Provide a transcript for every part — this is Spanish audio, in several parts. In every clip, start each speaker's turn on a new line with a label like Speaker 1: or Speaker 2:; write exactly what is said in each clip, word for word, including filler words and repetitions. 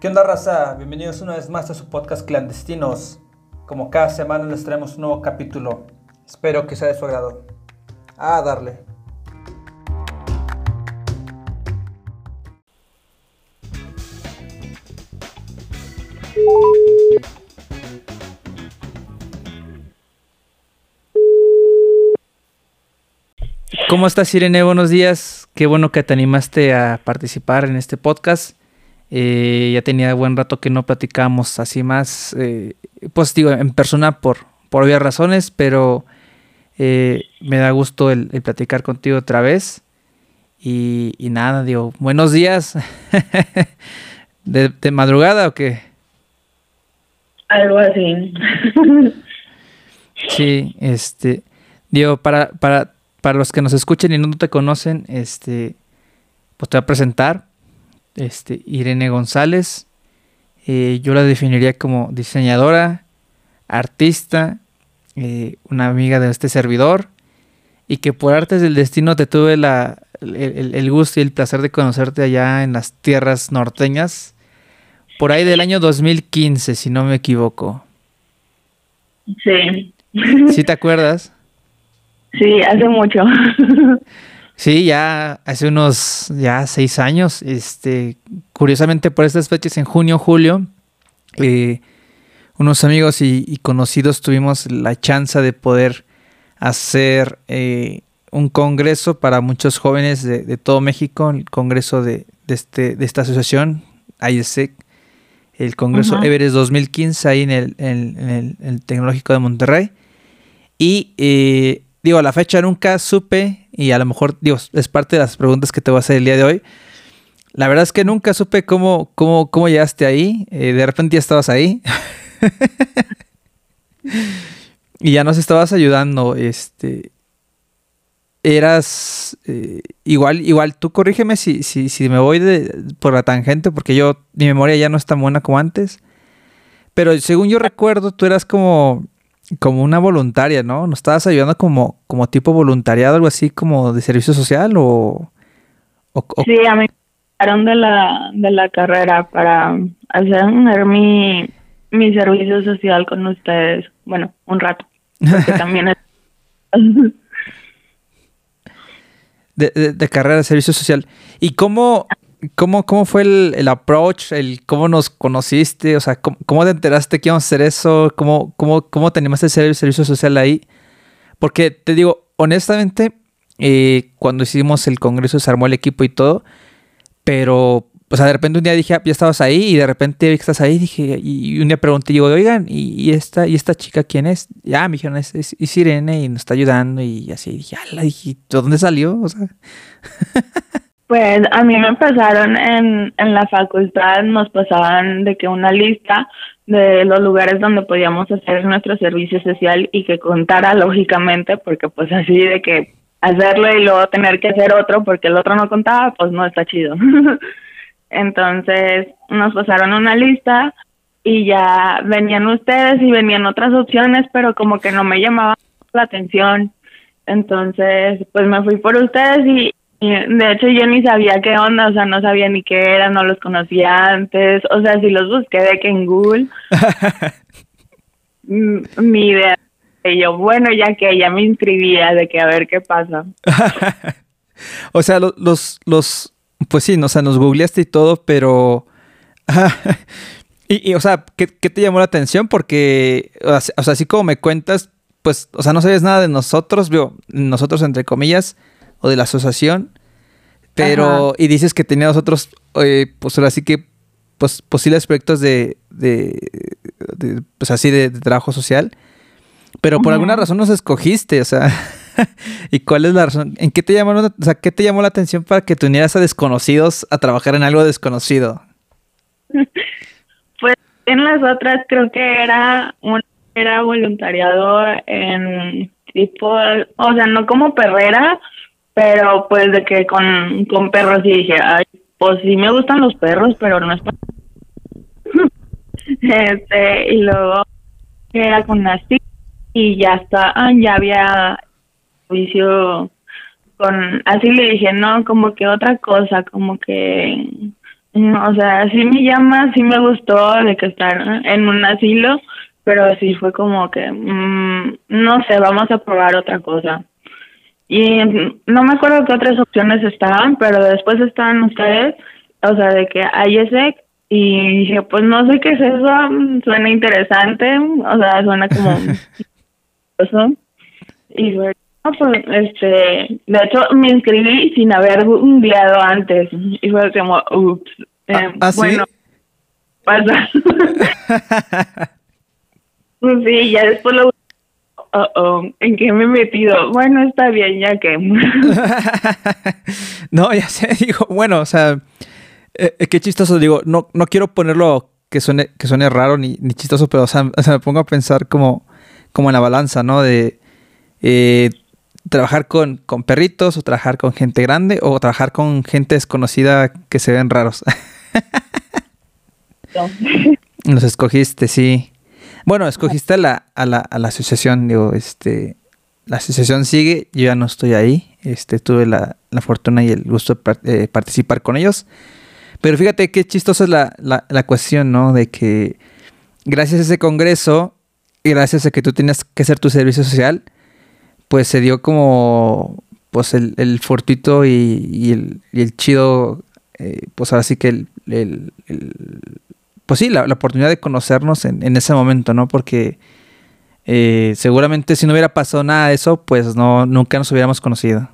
Speaker 1: ¿Qué onda, raza? Bienvenidos una vez más a su podcast Clandestinos. Como cada semana les traemos un nuevo capítulo. Espero que sea de su agrado. A darle. ¿Cómo estás, Irene? Buenos días. Qué bueno que te animaste a participar en este podcast. Eh, ya tenía buen rato que no platicábamos así más, eh, pues digo, en persona por, por obvias razones, pero eh, me da gusto el, el platicar contigo otra vez. Y, y nada, digo, buenos días. ¿De, de madrugada o qué?
Speaker 2: Algo así.
Speaker 1: Sí, este, digo, para, para, para los que nos escuchen y no te conocen, este, pues te voy a presentar. Este, Irene González, eh, yo la definiría como diseñadora, artista, eh, una amiga de este servidor, y que por artes del destino te tuve la, el, el gusto y el placer de conocerte allá en las tierras norteñas, por ahí del año dos mil quince, si no me equivoco.
Speaker 2: Sí.
Speaker 1: ¿Sí te acuerdas?
Speaker 2: Sí, hace mucho.
Speaker 1: Sí, ya hace unos ya seis años, este, curiosamente por estas fechas, en junio, julio, eh, unos amigos y, y conocidos tuvimos la chance de poder hacer eh, un congreso para muchos jóvenes de, de todo México, el congreso de, de, este, de esta asociación, I E S E C, el congreso
Speaker 2: Uh-huh.
Speaker 1: Everest dos mil quince, ahí en el, en, en el, en el Tecnológico de Monterrey. Y eh, digo, a la fecha nunca supe, y a lo mejor, digo, es parte de las preguntas que te voy a hacer el día de hoy. La verdad es que nunca supe cómo, cómo, cómo llegaste ahí. Eh, de repente ya estabas ahí. Y ya nos estabas ayudando. Este, eras eh, igual, igual, tú corrígeme si, si, si me voy de, por la tangente, porque yo, mi memoria ya no es tan buena como antes. Pero según yo recuerdo, tú eras como, como una voluntaria, ¿no? ¿Nos estabas ayudando como, como tipo voluntariado, algo así como de servicio social o...? o, o...
Speaker 2: Sí, a mí me sacaron de la, de la carrera para hacer mi, mi servicio social con ustedes. Bueno, un rato. Porque también es...
Speaker 1: de, de, de carrera de servicio social. ¿Y cómo, cómo, cómo fue el, el approach? El cómo nos conociste, o sea, cómo, cómo te enteraste que íbamos a hacer eso, cómo, cómo, cómo te animaste a hacer el servicio social ahí. Porque te digo, honestamente, eh, cuando hicimos el congreso se armó el equipo y todo, pero, o sea, de repente un día dije, ah, ya estabas ahí, y de repente vi que estás ahí, dije, y, y un día pregunté, digo, oigan, ¿y, y esta y esta chica quién es? Ya, me dijeron, es, es, es Irene y nos está ayudando, y así, dije, ala, dije, ¿de dónde salió? O sea...
Speaker 2: Pues a mí me pasaron en, en la facultad, nos pasaban de que una lista de los lugares donde podíamos hacer nuestro servicio social y que contara lógicamente, porque pues así de que hacerlo y luego tener que hacer otro porque el otro no contaba, pues no está chido. Entonces nos pasaron una lista y ya venían ustedes y venían otras opciones, pero como que no me llamaban la atención. Entonces pues me fui por ustedes y de hecho yo ni sabía qué onda, o sea, no sabía ni qué era, no los conocía antes, o sea, si los busqué de que en Google, mi idea, y yo, bueno, ya que ya me inscribía, de que a ver qué pasa.
Speaker 1: O sea, los, los, los, pues sí, o sea, nos googleaste y todo, pero, y, y, o sea, ¿qué, ¿qué te llamó la atención? Porque, o sea, o sea, así como me cuentas, pues, o sea, no sabías nada de nosotros, digo, nosotros entre comillas, o de la asociación, pero, ajá, y dices que tenías otros, eh, pues ahora sí que, pues, posibles proyectos de, de, de pues así, de, de trabajo social, pero por uh-huh. alguna razón nos escogiste, o sea, ¿y cuál es la razón? ¿En qué te llamó, o sea, qué te llamó la atención para que te unieras a desconocidos a trabajar en algo desconocido?
Speaker 2: Pues en las otras creo que era un, era voluntariado en tipo, o sea, no como perrera, pero pues de que con, con perros y dije, ay, pues sí me gustan los perros, pero no es para... este, y luego era con Nasty y ya está, ah, ya había servicio con, así le dije, no, como que otra cosa, como que Mm, O sea, sí me llama, sí me gustó de que estar en un asilo, pero sí fue como que, mm, no sé, vamos a probar otra cosa. Y mm, no me acuerdo qué otras opciones estaban, pero después estaban ustedes, o sea, de que hay ese, y dije, pues no sé qué es eso, mm, suena interesante, o sea, suena como eso. Y fue, no, pues, este, de hecho me inscribí sin haber googleado antes, y fue como, ups,
Speaker 1: ¿Ah,
Speaker 2: eh,
Speaker 1: ah, sí?
Speaker 2: bueno, pasa. Pues sí, ya después lo, oh, oh, ¿en qué me he metido? Bueno, está bien, ya que.
Speaker 1: No, ya sé, digo, bueno, o sea, eh, eh, qué chistoso, digo, no, no quiero ponerlo que suene, que suene raro ni, ni chistoso, pero o sea, o sea, me pongo a pensar como, como en la balanza, ¿no? De eh, trabajar con, con perritos o trabajar con gente grande o trabajar con gente desconocida que se ven raros. Los escogiste, sí. Bueno, escogiste a la, a la, a la asociación, digo, este, la asociación sigue, yo ya no estoy ahí, este, tuve la, la fortuna y el gusto de par- eh, participar con ellos, pero fíjate qué chistosa es la, la, la cuestión, ¿no? De que gracias a ese congreso y gracias a que tú tenías que hacer tu servicio social, pues se dio como, pues el, el fortuito y, y el, y el chido, eh, pues ahora sí que el, el- el- pues sí, la, la oportunidad de conocernos en, en ese momento, ¿no? Porque eh, seguramente si no hubiera pasado nada de eso, pues no, nunca nos hubiéramos conocido.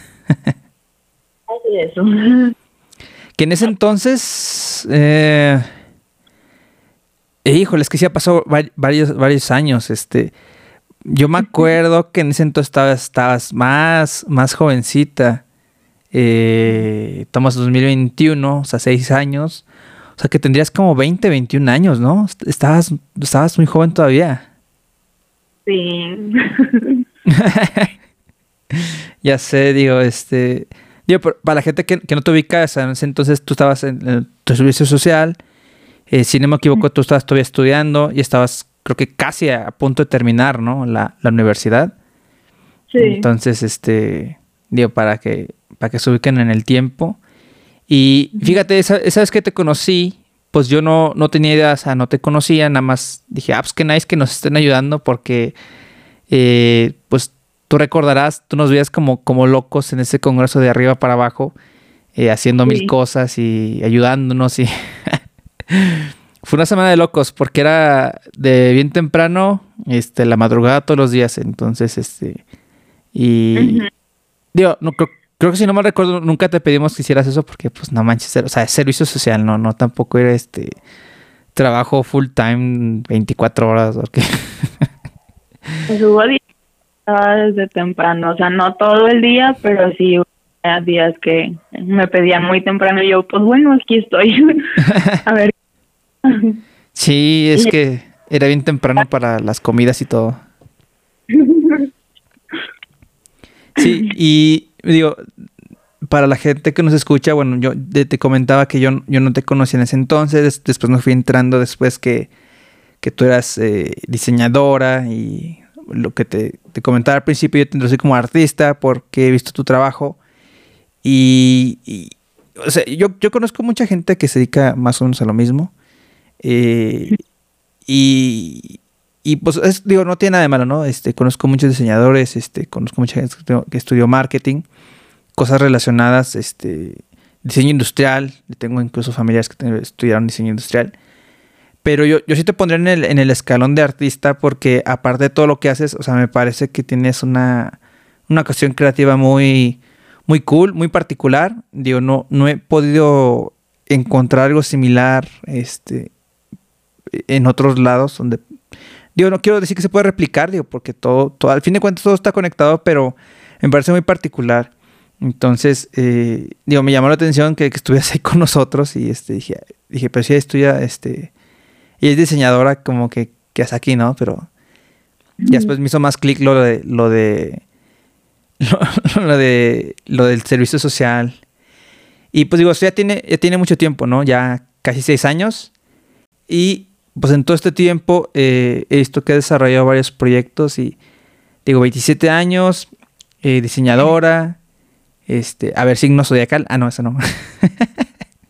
Speaker 2: Así es.
Speaker 1: Que en ese entonces, eh, eh, híjole, es que sí ha pasado va- varios, varios años, este, yo me acuerdo que en ese entonces estabas, estabas más, más jovencita, eh, estamos en dos mil veintiuno, o sea, seis años, o sea que tendrías como veinte, veintiún años, ¿no? Est- Estabas, estabas muy joven todavía.
Speaker 2: Sí.
Speaker 1: Ya sé, digo, este... Digo, pero para la gente que, que no te ubica, o sea, en ese entonces tú estabas en, en tu servicio social, eh, si no me equivoco, tú estabas todavía estudiando y estabas, creo que casi a punto de terminar, ¿no? La, la universidad.
Speaker 2: Sí.
Speaker 1: Entonces, este... Digo, para que, para que se ubiquen en el tiempo. Y fíjate, esa, esa vez que te conocí, pues yo no, no tenía idea, o sea, no te conocía, nada más dije, ah, pues qué nice que nos estén ayudando porque... eh, pues tú recordarás, tú nos veías como, como locos en ese congreso de arriba para abajo, eh, haciendo mil
Speaker 2: Sí.
Speaker 1: cosas y ayudándonos y fue una semana de locos porque era de bien temprano, este, la madrugada todos los días, entonces, este, y
Speaker 2: Ujú.
Speaker 1: digo, no creo, creo que si no mal recuerdo, nunca te pedimos que hicieras eso porque, pues, no manches, o sea, es servicio social, no, no, tampoco era este trabajo full time veinticuatro horas, porque
Speaker 2: Pues hubo días que estaba desde temprano, o sea, no todo el día, pero sí hubo días que me pedían muy temprano y yo, pues bueno, aquí estoy. A ver.
Speaker 1: sí, es
Speaker 2: Y-
Speaker 1: que era bien temprano para las comidas y todo. Sí, y digo, para la gente que nos escucha, bueno, yo de- te comentaba que yo, yo no te conocía en ese entonces, des- después me fui entrando después que, que tú eras eh, diseñadora y lo que te, te comentaba al principio, yo te introducí como artista porque he visto tu trabajo y, y, o sea, yo, yo conozco mucha gente que se dedica más o menos a lo mismo eh, y, y pues es- digo, no tiene nada de malo, ¿no? Este, conozco muchos diseñadores, este, conozco mucha gente que estudió que estudió marketing, cosas relacionadas, este, diseño industrial, tengo incluso familiares que te- estudiaron diseño industrial, pero yo, yo sí te pondría en el, en el escalón de artista porque aparte de todo lo que haces, o sea, me parece que tienes una, una cuestión creativa muy, muy cool, muy particular. Digo, no, no he podido encontrar algo similar, este, en otros lados donde, digo, no quiero decir que se puede replicar, digo, porque todo, todo, al fin de cuentas todo está conectado, pero me parece muy particular. Entonces, eh, digo, me llamó la atención que, que estuvieras ahí con nosotros y este, dije, dije, pero si estudia, este, y es diseñadora como que, que hasta aquí, ¿no? Pero ya después me hizo más clic lo de, lo de, lo, lo de, lo del servicio social. Y pues digo, eso ya tiene, ya tiene mucho tiempo, ¿no? Ya casi seis años. Y pues en todo este tiempo eh, he visto que he desarrollado varios proyectos y digo, veintisiete años, eh, diseñadora, este, a ver, signo zodiacal. Ah, no, eso no.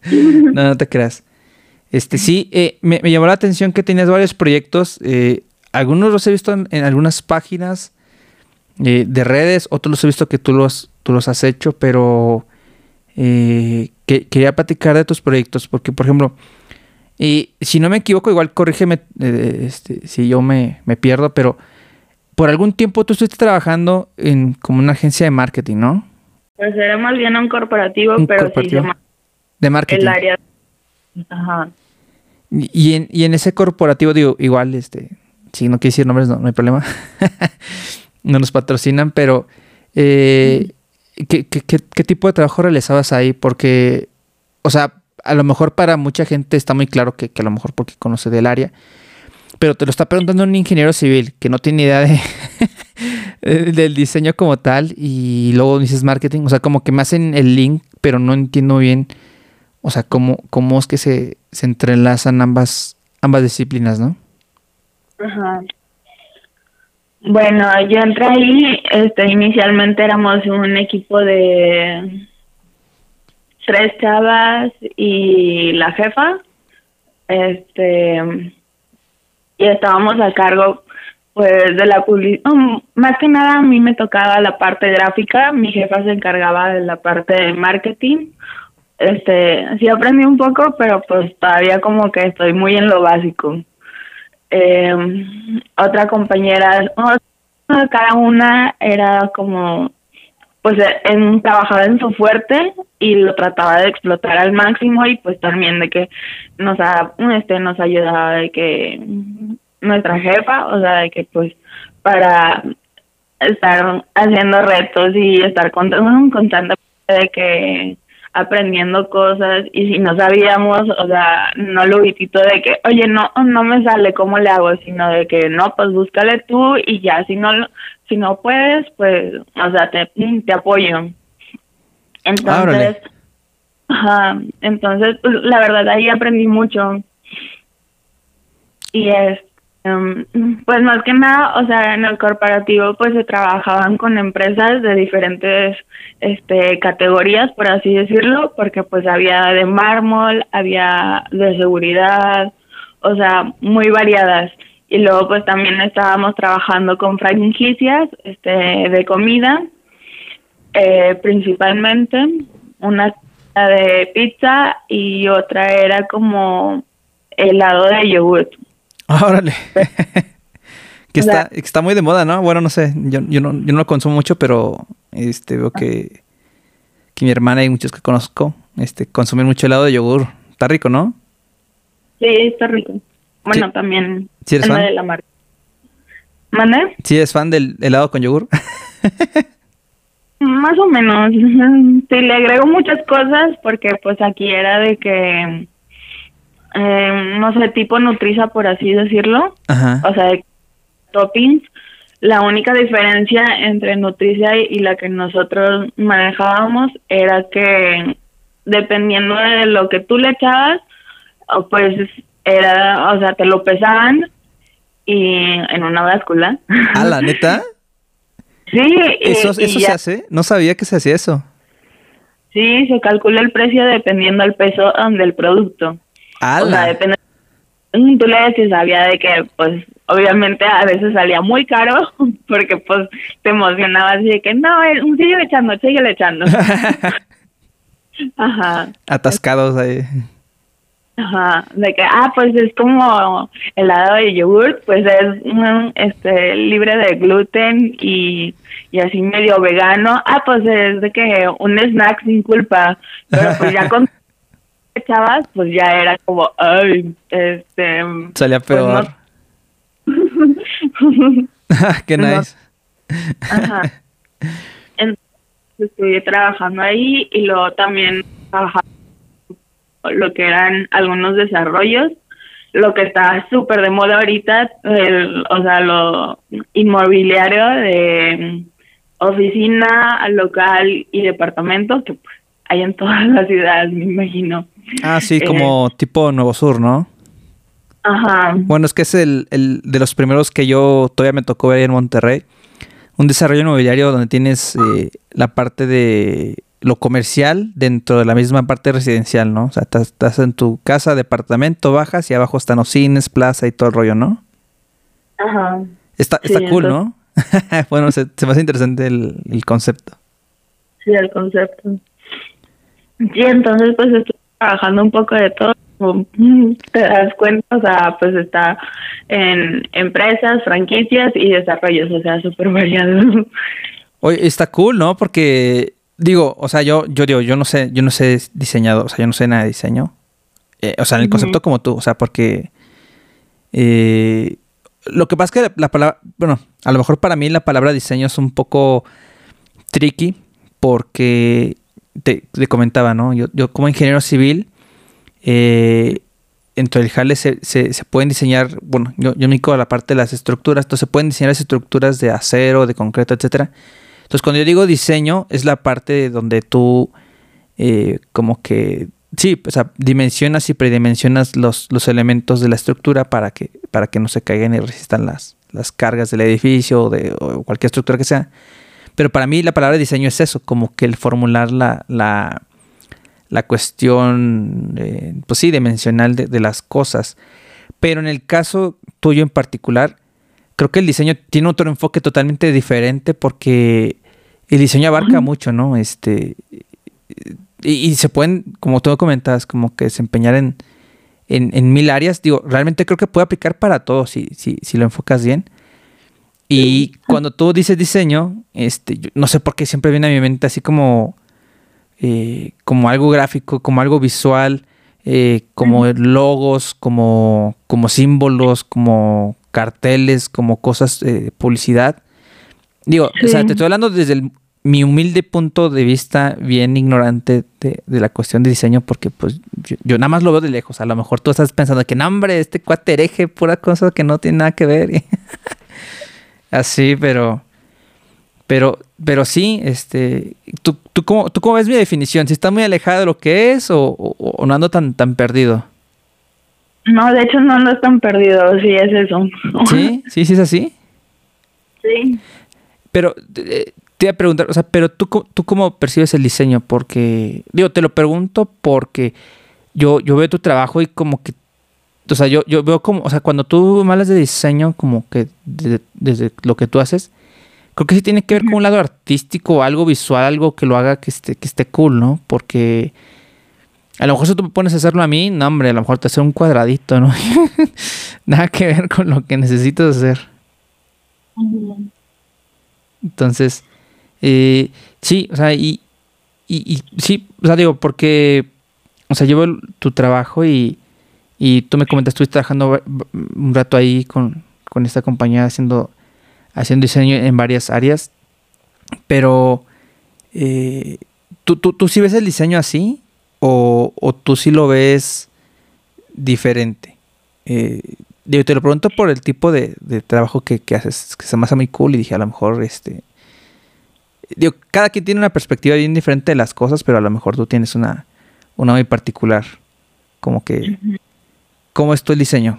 Speaker 1: No, no te creas. Este, sí, eh, me, me llamó la atención que tenías varios proyectos. Eh, algunos los he visto en, en algunas páginas eh, de redes, otros los he visto que tú los, tú los has hecho, pero eh, que, quería platicar de tus proyectos, porque, por ejemplo, y si no me equivoco, igual corrígeme eh, este, si yo me, me pierdo, pero por algún tiempo tú estuviste trabajando en como una agencia de marketing, ¿no?
Speaker 2: Pues era más bien un corporativo,
Speaker 1: Un
Speaker 2: pero
Speaker 1: corporativo
Speaker 2: sí se
Speaker 1: de marketing.
Speaker 2: el área. Ajá.
Speaker 1: Y, y, en, y en ese corporativo, digo, igual, este, si no quiero decir nombres, no, no hay problema. No nos patrocinan, pero eh, ¿qué, qué, qué, ¿qué tipo de trabajo realizabas ahí? Porque, o sea, a lo mejor para mucha gente está muy claro que, que a lo mejor porque conoce del área, pero te lo está preguntando un ingeniero civil que no tiene idea de del diseño como tal, y luego dices marketing, o sea, como que me hacen el link, pero no entiendo bien, o sea, cómo, cómo es que se, se entrelazan ambas, ambas disciplinas, ¿no?
Speaker 2: Ajá. Bueno, yo entré ahí, este, inicialmente éramos un equipo de tres chavas y la jefa, este, y estábamos a cargo, pues, de la publicidad. Um, más que nada a mí me tocaba la parte gráfica, mi jefa se encargaba de la parte de marketing. Este, sí aprendí un poco, pero pues todavía como que estoy muy en lo básico. Eh, otra compañera, oh, cada una era como, pues, en, trabajaba en su fuerte y lo trataba de explotar al máximo, y pues también de que nos, este, nos ayudaba de que nuestra jefa, o sea, de que pues para estar haciendo retos y estar constante de que aprendiendo cosas, y si no sabíamos, o sea, no lo visito de que, oye, no no me sale, ¿cómo le hago? Sino de que, no, pues búscale tú y ya, si no si no puedes, pues, o sea, te, te apoyo. Entonces, ajá, entonces, pues, la verdad, ahí aprendí mucho. Y es, um, pues más que nada, o sea, en el corporativo, pues se trabajaban con empresas de diferentes este categorías, por así decirlo, porque pues había de mármol, había de seguridad, o sea, muy variadas. Y luego pues también estábamos trabajando con franquicias este de comida, eh, principalmente una de pizza y otra era como helado de yogur.
Speaker 1: Órale. Que está, está muy de moda, ¿no? Bueno, no sé, yo, yo, no, yo no lo consumo mucho, pero este veo que, que mi hermana y muchos que conozco este consumen mucho helado de yogur. Está rico, ¿no?
Speaker 2: Sí, está rico. Bueno,
Speaker 1: ¿Sí?
Speaker 2: también
Speaker 1: ¿Sí eres fan?
Speaker 2: de la marca. ¿Mande?
Speaker 1: ¿Sí eres fan del helado con yogur?
Speaker 2: Más o menos. Sí, le agrego muchas cosas porque pues aquí era de que eh, no sé, tipo Nutriza, por así decirlo.
Speaker 1: Ajá.
Speaker 2: O sea, de toppings. La única diferencia entre Nutricia y la que nosotros manejábamos era que dependiendo de lo que tú le echabas, pues era, o sea, te lo pesaban y en una báscula.
Speaker 1: ¿Ah, la neta?
Speaker 2: Sí.
Speaker 1: ¿Eso,
Speaker 2: y,
Speaker 1: eso
Speaker 2: y
Speaker 1: se hace? No sabía que se hacía eso.
Speaker 2: Sí, se calcula el precio dependiendo del peso um, del producto.
Speaker 1: ¡Hala!
Speaker 2: O sea, depende. Tú le decías, sabía de que, pues, obviamente a veces salía muy caro porque, pues, te emocionaba así de que, no, sigue echando, sigue echando. Ajá.
Speaker 1: Atascados ahí.
Speaker 2: Ajá, de que, ah, pues es como helado de yogur, pues es um, este libre de gluten y, y así medio vegano. Ah, pues es de que un snack sin culpa, pero pues ya con echabas, pues ya era como, ay, este...
Speaker 1: Salía peor.
Speaker 2: Pues no.
Speaker 1: Qué nice.
Speaker 2: Ajá. Entonces estuve trabajando ahí y luego también trabajaba lo que eran algunos desarrollos, lo que está súper de moda ahorita, el, o sea, lo inmobiliario de oficina, local y departamento, que pues hay en todas las ciudades, me imagino.
Speaker 1: Ah, sí, como eh, tipo Nuevo Sur, ¿no?
Speaker 2: Ajá.
Speaker 1: Bueno, es que es el, el de los primeros que yo todavía me tocó ver en Monterrey. Un desarrollo inmobiliario donde tienes eh, la parte de lo comercial dentro de la misma parte residencial, ¿no? O sea, estás, estás en tu casa, departamento, bajas y abajo están los cines, plaza y todo el rollo, ¿no?
Speaker 2: Ajá.
Speaker 1: Está,
Speaker 2: Sí,
Speaker 1: está cool,
Speaker 2: entonces,
Speaker 1: ¿no? Bueno, se, se me hace interesante el, el concepto.
Speaker 2: sí, el concepto. Sí, entonces pues estoy trabajando un poco de todo. Como, mm, te das cuenta, o sea, pues está en empresas, franquicias y desarrollos, o sea, súper variado.
Speaker 1: Oye, está cool, ¿no? Porque digo, o sea, yo, yo digo, yo no sé, yo no sé diseñador, o sea, yo no sé nada de diseño. Eh, o sea, en el
Speaker 2: Ujú.
Speaker 1: concepto como tú, o sea, porque eh, lo que pasa es que la, la palabra, bueno, a lo mejor para mí la palabra diseño es un poco tricky porque te, te comentaba, ¿no? Yo, yo como ingeniero civil, eh, dentro del jale se, se, se pueden diseñar, bueno, yo, yo me dedico a la parte de las estructuras, entonces se pueden diseñar las estructuras de acero, de concreto, etcétera. Entonces, cuando yo digo diseño, es la parte donde tú eh, como que, sí, o sea, dimensionas y predimensionas los, los elementos de la estructura para que, para que no se caigan y resistan las, las cargas del edificio o de o cualquier estructura que sea. Pero para mí la palabra diseño es eso, como que el formular la, la, la cuestión, eh, pues sí, dimensional de, de las cosas. Pero en el caso tuyo en particular, creo que el diseño tiene otro enfoque totalmente diferente porque el diseño abarca mucho, ¿no? Este, y, y se pueden, como tú comentabas, como que desempeñar en, en, en mil áreas. Digo, realmente creo que puede aplicar para todo si, si, si lo enfocas bien. Y cuando tú dices diseño, este, yo no sé por qué siempre viene a mi mente así como, eh, como algo gráfico, como algo visual, eh, como logos, como, como símbolos, como carteles, como cosas, eh, publicidad. Digo, o sea, te
Speaker 2: Sí.
Speaker 1: estoy hablando desde el- mi humilde punto de vista, bien ignorante de, de la cuestión de diseño, porque pues yo, yo nada más lo veo de lejos. A lo mejor tú estás pensando que, no, hombre, este cuate hereje, pura cosa que no tiene nada que ver. Así, pero, pero, pero sí, este, ¿tú, tú, cómo, ¿tú cómo ves mi definición? ¿Si está muy alejada de lo que es o, o- o no ando tan, tan perdido?
Speaker 2: No, de hecho no, no están perdidos, sí es eso.
Speaker 1: ¿Sí? ¿Sí, sí es así?
Speaker 2: Sí.
Speaker 1: Pero eh, te iba a preguntar, o sea, pero tú, co- ¿tú cómo percibes el diseño? Porque, digo, te lo pregunto porque yo, yo veo tu trabajo y como que, o sea, yo, yo veo como, o sea, cuando tú me hablas de diseño, como que de- desde lo que tú haces, creo que sí tiene que ver con un lado artístico, algo visual, algo que lo haga que esté, que esté cool, ¿no? Porque a lo mejor si tú me pones a hacerlo a mí, no, hombre, a lo mejor te hace un cuadradito, ¿no? Nada que ver con lo que necesitas hacer.
Speaker 2: Ujú.
Speaker 1: Entonces, eh, sí, o sea, y, y, y sí, o sea, digo, porque, o sea, llevo el- tu trabajo y, y tú me comentas, estuviste trabajando va- va- un rato ahí con, con esta compañía haciendo, haciendo diseño en varias áreas, pero eh, ¿tú, tú, ¿tú sí ves el diseño así o, o tú sí lo ves diferente? Eh, digo, te lo pregunto por el tipo de, de trabajo que, que haces, que se me hace muy cool y dije, a lo mejor, este, digo, cada quien tiene una perspectiva bien diferente de las cosas, pero a lo mejor tú tienes una, una muy particular, como que, ¿cómo es tu el diseño?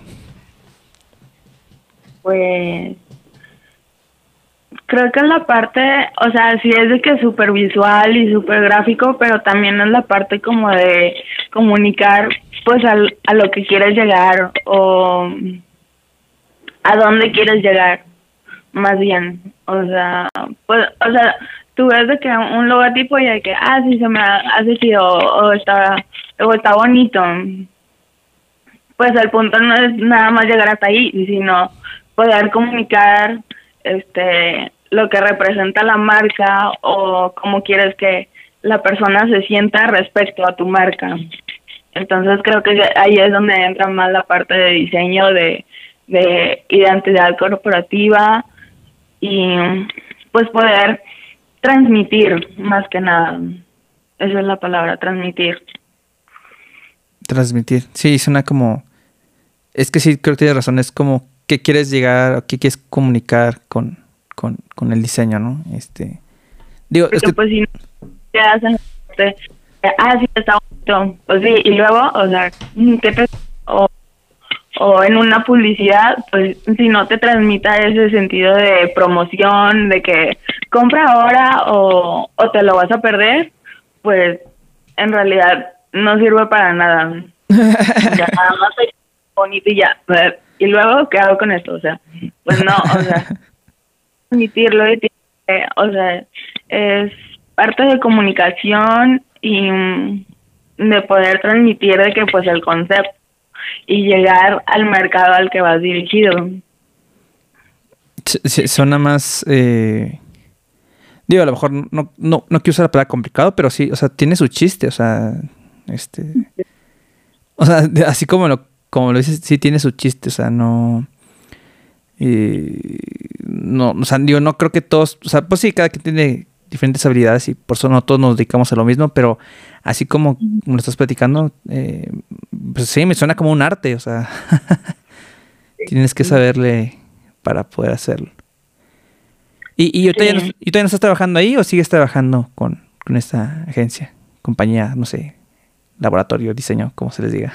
Speaker 2: Pues creo que es la parte, o sea, sí es de que es súper visual y súper gráfico, pero también es la parte como de comunicar pues al, a lo que quieres llegar o a dónde quieres llegar, más bien. O sea, pues, o sea, tú ves de que un logotipo y de que, ah, sí, se me hace chido o, o está, o está bonito. Pues el punto no es nada más llegar hasta ahí, sino poder comunicar este lo que representa la marca o cómo quieres que la persona se sienta respecto a tu marca. Entonces creo que ahí es donde entra más la parte de diseño, de, de identidad corporativa y pues poder transmitir más que nada. Esa es la palabra, transmitir.
Speaker 1: Transmitir. Sí, suena como, es que sí, creo que tienes razón, es como, ¿qué quieres llegar o qué quieres comunicar con, con, con el diseño, ¿no? Este, digo, es
Speaker 2: Porque
Speaker 1: que,
Speaker 2: pues si no te hacen este, ah sí está bonito, pues sí, y luego o sea ¿qué te, o, o en una publicidad pues si no te transmita ese sentido de promoción de que compra ahora o, o te lo vas a perder, pues en realidad no sirve para nada. Ya nada más soy bonito y ya. Y luego, ¿qué hago con esto? O sea, pues no, o sea, transmitirlo, y, eh, o sea, es parte de comunicación y mm, de poder transmitir de que pues el concepto y llegar al mercado al que vas dirigido.
Speaker 1: Sí, suena más, eh, digo, a lo mejor no, no, no quiero usar la palabra complicado, pero sí, o sea, tiene su chiste, o sea, este, o sea, de, así como lo, como lo dices, sí tiene su chiste, o sea, no, eh, no, o sea, yo no creo que todos, o sea, pues sí, cada quien tiene diferentes habilidades y por eso no todos nos dedicamos a lo mismo, pero así como, como lo estás platicando, eh, pues sí, me suena como un arte, o sea, tienes que saberle para poder hacerlo. ¿Y, y, yo todavía no, ¿Y todavía no estás trabajando ahí o sigues trabajando con, con esta agencia, compañía, no sé, laboratorio, diseño, como se les diga?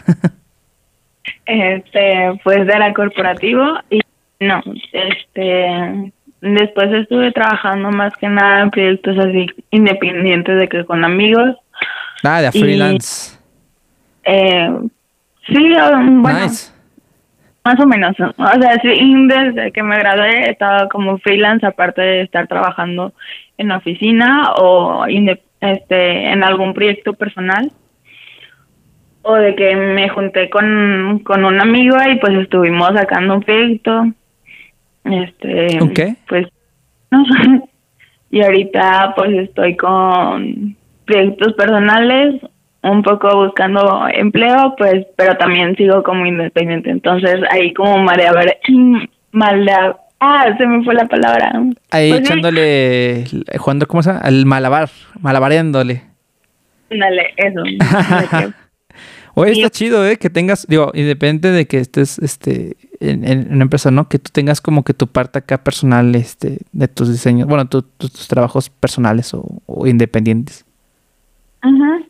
Speaker 2: Este, pues era corporativo y no, este, después estuve trabajando más que nada en proyectos así independientes de que con amigos.
Speaker 1: Ah, de freelance.
Speaker 2: Y, eh, sí, bueno. Nice. Más o menos, o sea, sí, desde que me gradué he estado como freelance, aparte de estar trabajando en la oficina o este en algún proyecto personal, o de que me junté con, con un amigo y pues estuvimos sacando un proyecto, este,
Speaker 1: okay.
Speaker 2: Pues, no sé, y ahorita pues estoy con proyectos personales, un poco buscando empleo, pues, pero también sigo como independiente. Entonces, ahí como malear, malear, ah, se me fue la palabra.
Speaker 1: Ahí
Speaker 2: pues,
Speaker 1: echándole, sí. Jugando, ¿cómo se llama? Al malabar, malabareándole.
Speaker 2: Dale, eso.
Speaker 1: Oye, está chido, ¿eh? Que tengas, digo, independiente de que estés, este, en, en una empresa, ¿no? Que tú tengas como que tu parte acá personal, este, de tus diseños, bueno, tu, tu, tus trabajos personales o, o independientes.
Speaker 2: Ajá. Uh-huh.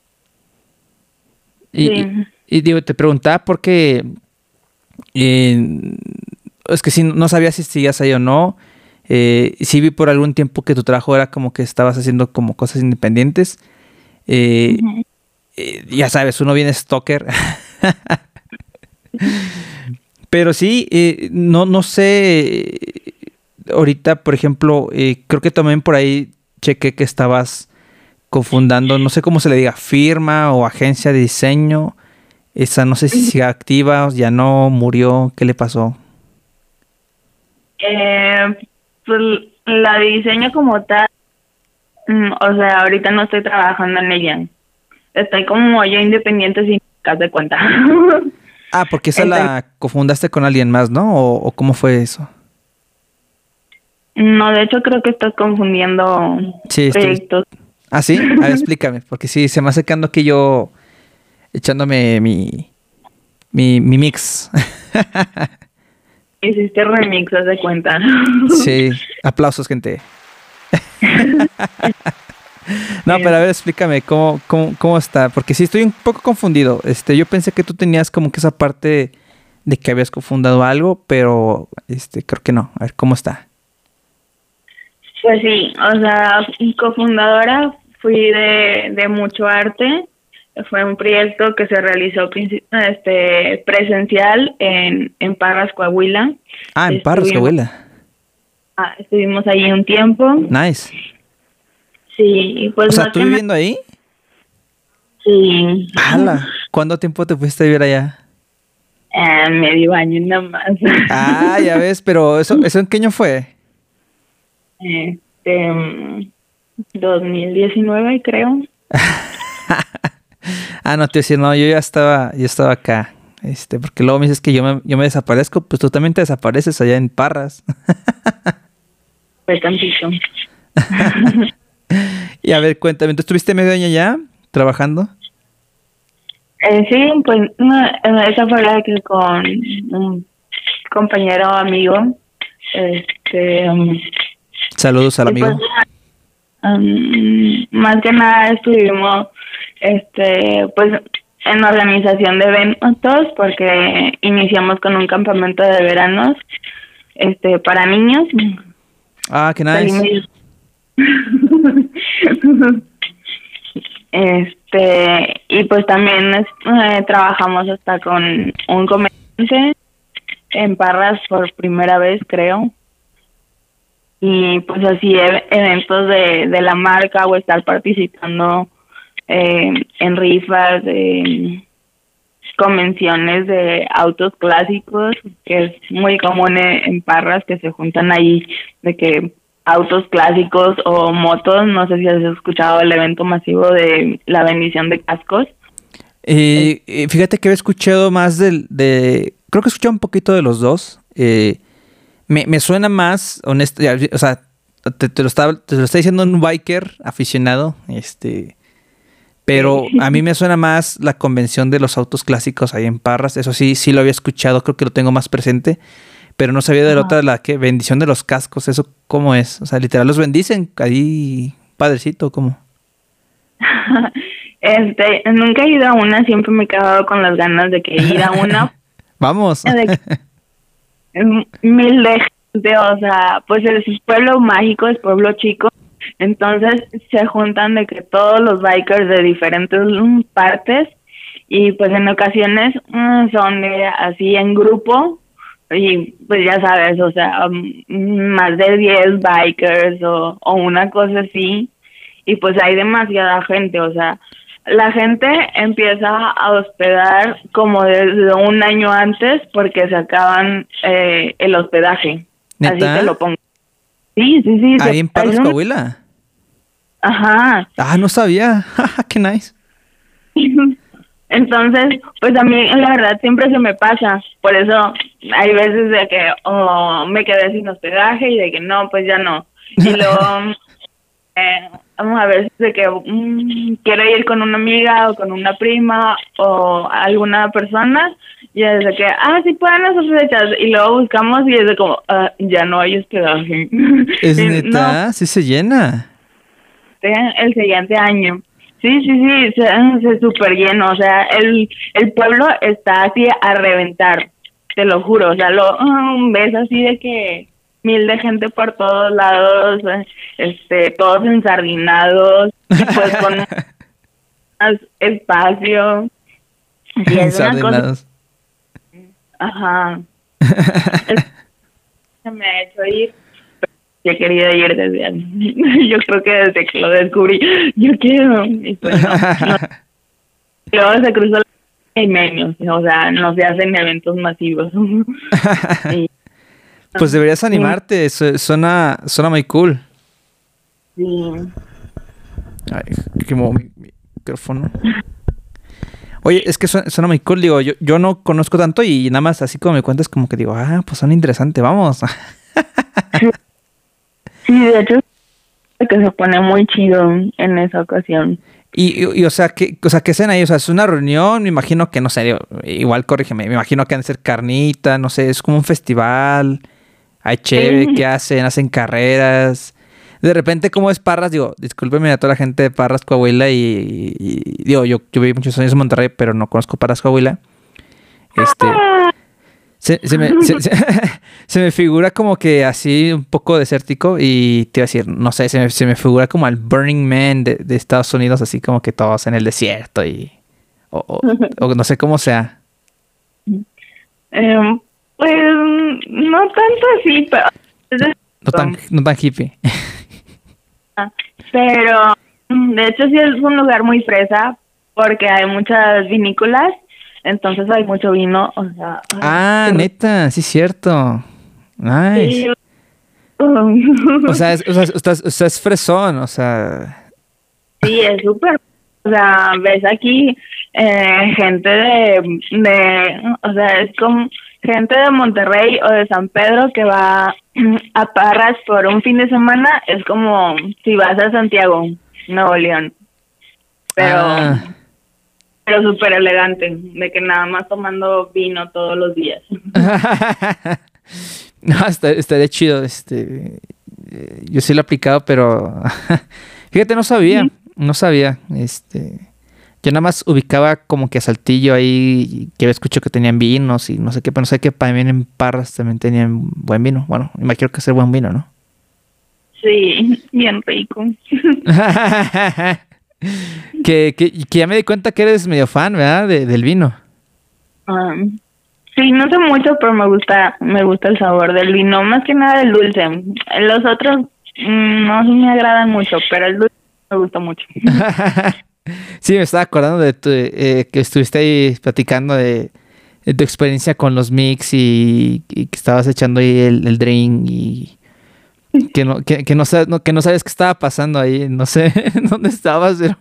Speaker 1: Y, sí. y, y digo, te preguntaba porque eh, es que si no sabía si seguías ahí o no. Eh, sí vi por algún tiempo que tu trabajo era como que estabas haciendo como cosas independientes. Eh, uh-huh. eh, ya sabes, uno viene stalker. Pero sí, eh, no, no sé. Ahorita, por ejemplo, eh, creo que también por ahí chequé que estabas cofundando, no sé cómo se le diga, firma o agencia de diseño. Esa no sé si sigue activa, ya no, murió, ¿qué le pasó?
Speaker 2: Eh, pues la de diseño como tal, o sea, ahorita no estoy trabajando en ella. Estoy como yo independiente sin que de cuenta.
Speaker 1: Ah, porque esa Entonces, la cofundaste con alguien más, ¿no? ¿O, o cómo fue eso?
Speaker 2: No, de hecho creo que estás confundiendo
Speaker 1: sí, proyectos. Estoy... ¿Ah, sí? A ver, explícame, porque sí, se me hace quedando aquí yo echándome mi, mi, mi mix.
Speaker 2: Hiciste remix, haz de cuenta.
Speaker 1: Sí, aplausos, gente. No, pero a ver, explícame, ¿cómo, cómo, cómo está? Porque sí, estoy un poco confundido. Este, yo pensé que tú tenías como que esa parte de que habías cofundado algo, pero este, creo que no. A ver, ¿cómo está?
Speaker 2: Pues sí, o sea, cofundadora fui de, de Mucho Arte. Fue un proyecto que se realizó este, presencial en, en Parras, Coahuila.
Speaker 1: Ah, en Parras, Coahuila.
Speaker 2: Ah, estuvimos ahí un tiempo.
Speaker 1: Nice.
Speaker 2: Sí, pues.
Speaker 1: O sea, ¿tú viviendo me... ahí?
Speaker 2: Sí.
Speaker 1: ¡Hala! ¿Cuánto tiempo te fuiste a vivir allá?
Speaker 2: Eh, medio año nada más.
Speaker 1: Ah, ya ves, pero ¿eso, eso en qué año fue?
Speaker 2: Este, dos mil diecinueve, creo.
Speaker 1: Ah, no, te decía, no, yo ya estaba, yo estaba acá. Este, porque luego me dices que yo me, yo me desaparezco, pues tú también te desapareces allá en Parras.
Speaker 2: Pues tantito.
Speaker 1: Y a ver, cuéntame, ¿tú estuviste medio año ya trabajando?
Speaker 2: Eh, sí, pues no, esa fue la que con un compañero amigo. Este, um,
Speaker 1: Saludos al amigo.
Speaker 2: Pues, um, más que nada estuvimos, este, pues en organización de eventos, porque iniciamos con un campamento de veranos, este, para niños.
Speaker 1: Ah, qué nice.
Speaker 2: Este, y pues también eh, trabajamos hasta con un comediante en Parras por primera vez, creo. Y pues así e- eventos de, de la marca o estar participando eh, en rifas, en convenciones de autos clásicos, que es muy común en, en Parras que se juntan ahí de que autos clásicos o motos. No sé si has escuchado el evento masivo de la bendición de cascos.
Speaker 1: Eh, eh, fíjate que he escuchado más del, de... Creo que he escuchado un poquito de los dos. Eh, me, me suena más, honesto, ya, o sea, te, te lo está, te lo está diciendo un biker aficionado, este... Pero a mí me suena más la convención de los autos clásicos ahí en Parras. Eso sí, sí lo había escuchado, creo que lo tengo más presente. Pero no sabía de la otra, la que bendición de los cascos. ¿Eso cómo es? O sea, literal, ¿los bendicen ahí, padrecito, cómo?
Speaker 2: Este, nunca he ido a una, siempre me he quedado con las ganas de que ir a una.
Speaker 1: Vamos.
Speaker 2: De, mil de gente, o sea, pues es pueblo mágico, es pueblo chico. Entonces se juntan de que todos los bikers de diferentes mm, partes y pues en ocasiones mm, son de, así en grupo y pues ya sabes, o sea, mm, más de diez bikers o, o una cosa así y pues hay demasiada gente, o sea, la gente empieza a hospedar como desde un año antes porque se acaban eh, el hospedaje.
Speaker 1: ¿Neta?
Speaker 2: Así te lo pongo. Sí, sí, sí.
Speaker 1: Ahí en Parras,
Speaker 2: un...
Speaker 1: Coahuila.
Speaker 2: Ajá.
Speaker 1: Ah, no sabía. Qué nice.
Speaker 2: Entonces, pues a mí la verdad siempre se me pasa. Por eso hay veces de que oh, me quedé sin hospedaje y de que no, pues ya no. Y luego, eh, vamos a ver, de que um, quiero ir con una amiga o con una prima o alguna persona. Y es de que, ah, sí pueden esas fechas. Y luego buscamos y es de como, ah, ya no hay hospedaje.
Speaker 1: ¿Es neta? No. Sí se llena.
Speaker 2: El siguiente año. Sí, sí, sí, se, se super lleno. O sea, el, el pueblo está así a reventar. Te lo juro. O sea, lo um, ves así de que mil de gente por todos lados, este, todos ensardinados, y pues con más espacio. Y es una cosa... Ajá. Se me ha hecho ir. Yo he querido ir desde antes. Yo creo que desde que lo descubrí. Yo quiero. Y pues no, no. Luego se cruzó la y menos. O sea, no se hacen eventos masivos. Y,
Speaker 1: pues deberías animarte. Sí. Suena, suena muy cool.
Speaker 2: Sí.
Speaker 1: Ay, quemó mi, mi micrófono. Oye, es que suena, suena muy cool, digo, yo, yo no conozco tanto y nada más así como me cuentas como que digo, ah, pues son interesantes, vamos.
Speaker 2: Sí, sí, de hecho, que se pone muy chido en esa ocasión.
Speaker 1: Y, y, y o sea, ¿qué, o sea, ¿qué hacen ahí? O sea, es una reunión, me imagino que, no sé, igual corrígeme, me imagino que han de ser carnita, no sé, es como un festival, hay chévere, sí. ¿Qué hacen? Hacen carreras... De repente, ¿cómo es Parras? Digo, discúlpeme a toda la gente de Parras, Coahuila, y, y, y digo, yo, yo viví muchos años en Monterrey, pero no conozco Parras, Coahuila. Este, se, se, me, se, se, se me figura como que así un poco desértico y te iba a decir, no sé, se me, se me figura como al Burning Man de, de Estados Unidos, así como que todos en el desierto y o, o, o no sé cómo sea.
Speaker 2: Um, pues no tanto así, pero...
Speaker 1: No tan, no tan hippie.
Speaker 2: Pero de hecho sí es un lugar muy fresa porque hay muchas vinícolas, entonces hay mucho vino, o sea...
Speaker 1: Ah, sí. Neta, sí es cierto. Nice. Sí. O sea, es, o sea, estás, o sea, es fresón, o sea...
Speaker 2: Sí, es súper... O sea, ves aquí eh, gente de, de... O sea, es como gente de Monterrey o de San Pedro que va a Parras por un fin de semana. Es como si vas a Santiago, Nuevo León. Pero... Ah. Pero súper elegante, de que nada más tomando vino todos los días.
Speaker 1: No, estaría, estaría chido. Este, yo sí lo he aplicado, pero fíjate, no sabía, no sabía. Este, yo nada más ubicaba como que a Saltillo ahí, que había escuchado que tenían vinos y no sé qué, pero no sé que también en Parras también tenían buen vino. Bueno, imagino que es buen vino, ¿no?
Speaker 2: Sí, bien rico.
Speaker 1: que, que, que ya me di cuenta que eres medio fan, ¿verdad? De, del vino.
Speaker 2: Um, sí, no sé mucho, pero me gusta, me gusta el sabor del vino, más que nada el dulce. Los otros mm, no me agradan mucho, pero el dulce me gusta mucho.
Speaker 1: Sí, me estaba acordando de tu, eh, que estuviste ahí platicando de, de tu experiencia con los mix y, y que estabas echando ahí el, el drink y que no, que, que no, sabes, no, que no sabes qué estaba pasando ahí. No sé dónde estabas, pero...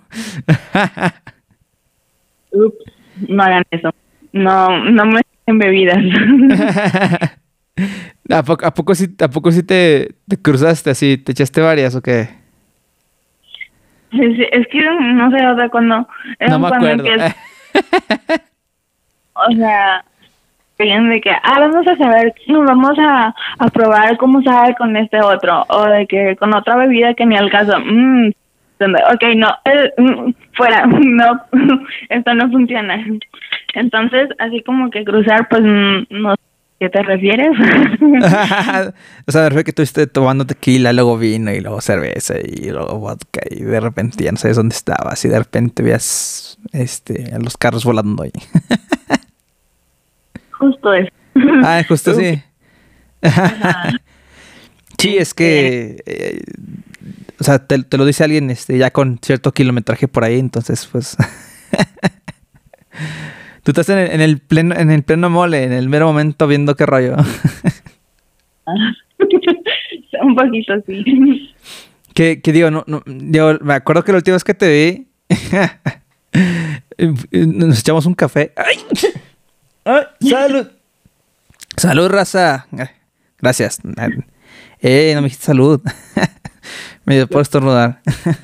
Speaker 2: Ups, no hagan eso. No, no me en bebidas.
Speaker 1: ¿A poco, a poco sí, a poco sí te, te cruzaste así? ¿Te echaste varias o qué?
Speaker 2: Es, es que no sé, o sea, cuando...
Speaker 1: No me
Speaker 2: cuando
Speaker 1: acuerdo.
Speaker 2: empieza- o sea, querían de que, ah, vamos a saber, nos vamos a, a probar cómo sabe con este otro, o de que con otra bebida que ni al caso, mm, ok, no, eh, mm, fuera, no, esto no funciona. Entonces, así como que cruzar, pues, mm, no sé a qué te refieres.
Speaker 1: O sea, me refiero que tú estés tomando tequila, luego vino y luego cerveza y luego vodka y de repente ya no sabes dónde estabas y de repente veas este, a los carros volando ahí.
Speaker 2: Justo eso.
Speaker 1: Ah, justo sí. Sí, es que... eh, o sea, te, te lo dice alguien este, ya con cierto kilometraje por ahí, entonces pues... Tú estás en el, en el pleno, en el pleno mole, en el mero momento viendo qué rollo.
Speaker 2: Un poquito así.
Speaker 1: Que, que digo, no, no, digo, me acuerdo que la última vez que te vi, nos echamos un café. ¡Ay! ¡Ay! ¡Salud! ¡Salud, raza! Gracias. Eh, no me dijiste salud. Me dio por estornudar.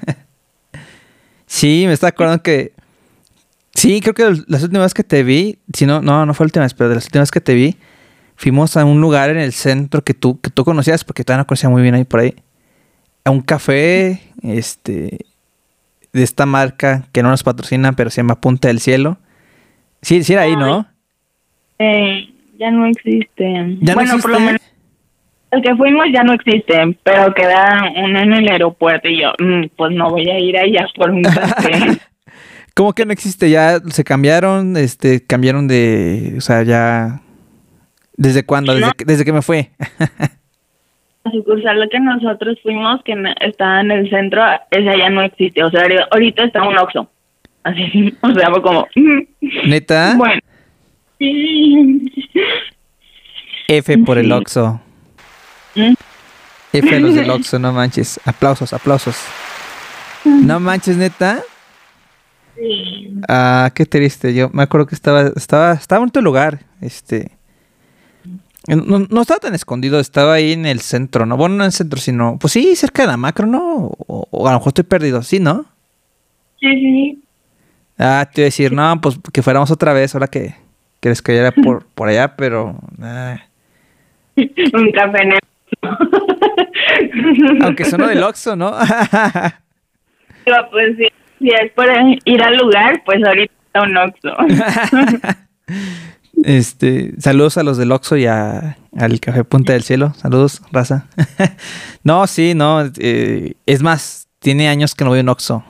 Speaker 1: Sí, me estaba acordando que... Sí, creo que las últimas veces que te vi, si no, no, no fue la última vez, pero de las últimas veces que te vi, fuimos a un lugar en el centro que tú, que tú conocías, porque todavía no conocía muy bien ahí por ahí. A un café, este, de esta marca que no nos patrocina, pero se llama Punta del Cielo. Sí, sí era ahí, ¿no?
Speaker 2: Eh, ya no existe.
Speaker 1: ¿Ya no
Speaker 2: bueno, por lo
Speaker 1: existe?
Speaker 2: menos el que fuimos ya no existe, pero queda uno en el aeropuerto y yo, mm, pues no voy a ir allá por un café.
Speaker 1: ¿Cómo que no existe? Ya se cambiaron, este, cambiaron de, o sea, ya, ¿desde cuándo? Desde,
Speaker 2: No.
Speaker 1: que, desde que me fui.
Speaker 2: La sucursal que nosotros fuimos, que na- estaba en el centro, esa ya no existe. O sea, ahori- ahorita está un Oxxo. Así, o sea, fue como... mm,
Speaker 1: ¿Neta?
Speaker 2: bueno. Sí.
Speaker 1: F por el Oxxo.
Speaker 2: Mm.
Speaker 1: F a los del Oxxo, no manches. Aplausos, aplausos. No manches, ¿neta?
Speaker 2: Sí.
Speaker 1: Ah, qué triste. Yo me acuerdo que estaba, estaba, estaba en otro lugar. Este. No, no estaba tan escondido, estaba ahí en el centro, ¿no? Bueno, no en el centro, sino. Pues sí, cerca de la macro, ¿no? O, o a lo mejor estoy perdido, ¿sí, no?
Speaker 2: Sí, sí.
Speaker 1: Ah, te iba a decir, no, pues que fuéramos otra vez, ahora que, que les cayera por, por allá, pero. ah.
Speaker 2: Un café en el...
Speaker 1: Aunque sonó del Oxxo, ¿no?
Speaker 2: Pero, pues sí, si es por ir al lugar, pues ahorita está un Oxxo.
Speaker 1: Este, saludos a los del Oxxo y a, al Café Punta del Cielo. Saludos, raza. No, sí, no. Eh, es más, tiene años que no voy a un Oxxo.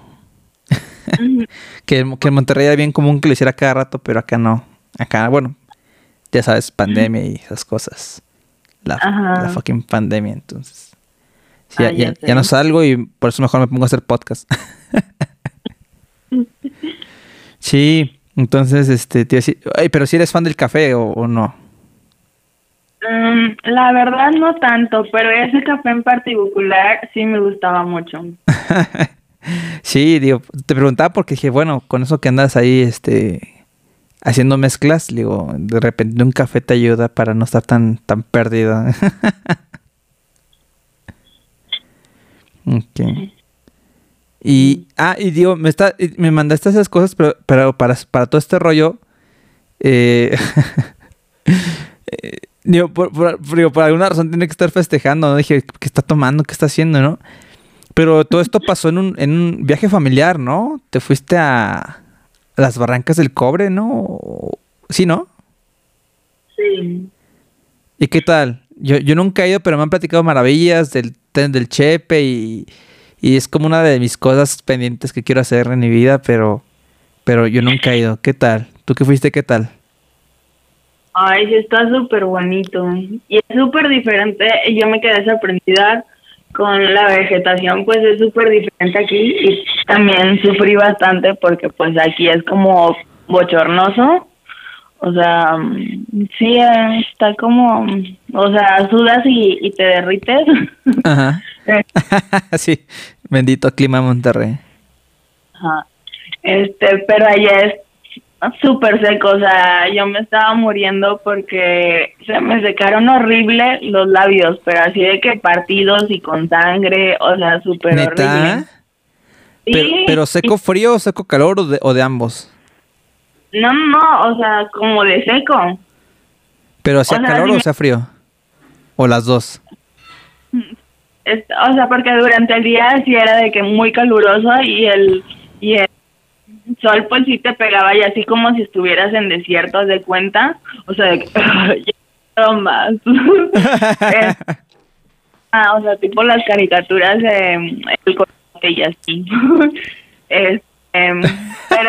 Speaker 1: que, que en Monterrey era bien común que lo hiciera cada rato, pero acá no. Acá, bueno, ya sabes, pandemia y esas cosas. La, la fucking pandemia, entonces. Sí, ah, ya, ya, ya no salgo y por eso mejor me pongo a hacer podcast. Sí, entonces, este, te iba a decir, ay, pero si eres fan del café o, o no.
Speaker 2: Um, la verdad no tanto, pero ese café en particular sí me gustaba mucho.
Speaker 1: Sí, digo, te preguntaba porque dije, bueno, con eso que andas ahí, este, haciendo mezclas, digo, de repente un café te ayuda para no estar tan, tan perdido. Okay. Y, ah, y digo, me está, me mandaste esas cosas, pero, pero para, para todo este rollo, eh, eh, digo, por, por, digo, por alguna razón tiene que estar festejando, ¿no? Dije, ¿qué está tomando? ¿Qué está haciendo, no? Pero todo esto pasó en un, en un viaje familiar, ¿no? Te fuiste a las Barrancas del Cobre, ¿no? Sí, ¿no?
Speaker 2: Sí.
Speaker 1: ¿Y qué tal? Yo, yo nunca he ido, pero me han platicado maravillas del, del Chepe y, y es como una de mis cosas pendientes que quiero hacer en mi vida, pero, pero yo nunca he ido. ¿Qué tal? ¿Tú que fuiste, qué tal?
Speaker 2: Ay, sí, está súper bonito. Y es súper diferente. Yo me quedé sorprendida con la vegetación, pues es súper diferente aquí. Y también sufrí bastante porque pues aquí es como bochornoso. O sea, mm, sí, eh, está como, o sea, sudas y, y te derrites.
Speaker 1: Ajá.
Speaker 2: Eh,
Speaker 1: Sí, bendito clima de Monterrey.
Speaker 2: Ajá. Este, pero allá es súper seco, o sea, yo me estaba muriendo porque se me secaron horrible los labios, pero así de que partidos y con sangre, o sea, súper
Speaker 1: ¿Neta?
Speaker 2: horrible.
Speaker 1: Pero,
Speaker 2: Sí,
Speaker 1: pero
Speaker 2: y-
Speaker 1: seco frío o seco calor o de, o de ambos.
Speaker 2: no, no, o sea, como de seco.
Speaker 1: ¿Pero
Speaker 2: O
Speaker 1: hacía
Speaker 2: sea,
Speaker 1: calor
Speaker 2: sí
Speaker 1: o
Speaker 2: me-
Speaker 1: hacía frío? ¿O las dos?
Speaker 2: es- o sea, porque durante el día sí era de que muy caluroso y el y el sol pues sí te pegaba y así como si estuvieras en desierto, haz de cuenta, o sea, de que, ya no quiero más. Eh, ah, o sea, tipo las caricaturas de mm, el coyote y así. Este, pero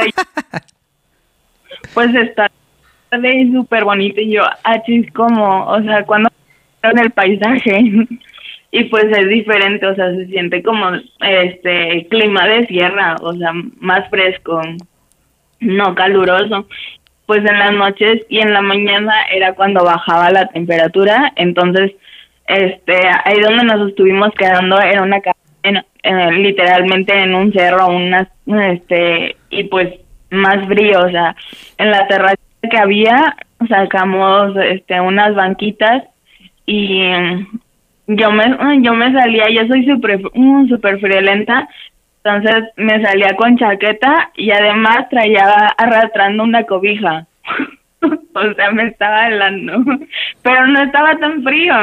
Speaker 2: pues está de súper bonito y yo, achis, como, o sea, cuando en el paisaje y pues es diferente, o sea, se siente como este clima de sierra, o sea, más fresco, no caluroso. Pues en las noches y en la mañana era cuando bajaba la temperatura, entonces este ahí donde nos estuvimos quedando era una casa en- eh, literalmente en un cerro, unas este y pues más frío, o sea, en la terraza que había sacamos este unas banquitas y mm, yo me yo me salía, yo soy súper mm, súper friolenta, entonces me salía con chaqueta y además traía arrastrando una cobija. O sea, me estaba helando, pero no estaba tan frío.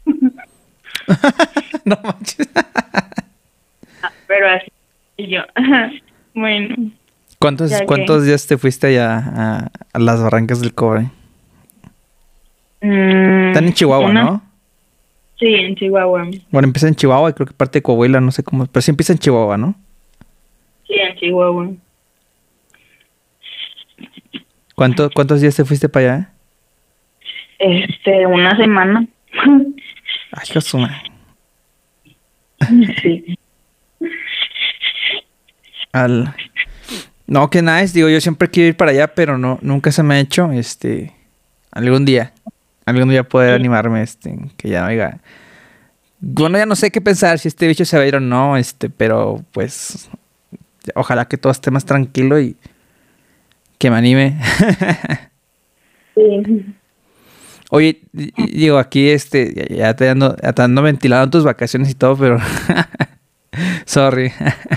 Speaker 1: No manches.
Speaker 2: Pero así y yo. Bueno,
Speaker 1: ¿Cuántos,
Speaker 2: ya que.
Speaker 1: cuántos días te fuiste allá a, a las Barrancas del Cobre? Están en
Speaker 2: Mm,
Speaker 1: Chihuahua,
Speaker 2: una,
Speaker 1: ¿no?
Speaker 2: sí, en Chihuahua.
Speaker 1: Bueno, empieza en Chihuahua y creo que parte de Coahuila, no sé cómo, pero sí empieza en Chihuahua, ¿no?
Speaker 2: Sí, en Chihuahua.
Speaker 1: ¿Cuánto, cuántos días te fuiste para allá?
Speaker 2: Este, una semana.
Speaker 1: Ay, hijo de su madre.
Speaker 2: Sí.
Speaker 1: Al... No, qué nice, digo, yo siempre quiero ir para allá, pero no, nunca se me ha hecho, este, algún día, algún día poder animarme, este, que ya no oiga. Bueno, ya no sé qué pensar, si este bicho se va a ir o no, este, pero pues, ojalá que todo esté más tranquilo y que me anime.
Speaker 2: Sí.
Speaker 1: Oye, di- digo, aquí, este, ya, ya te ando, ya te ando ventilando tus vacaciones y todo, pero, sorry.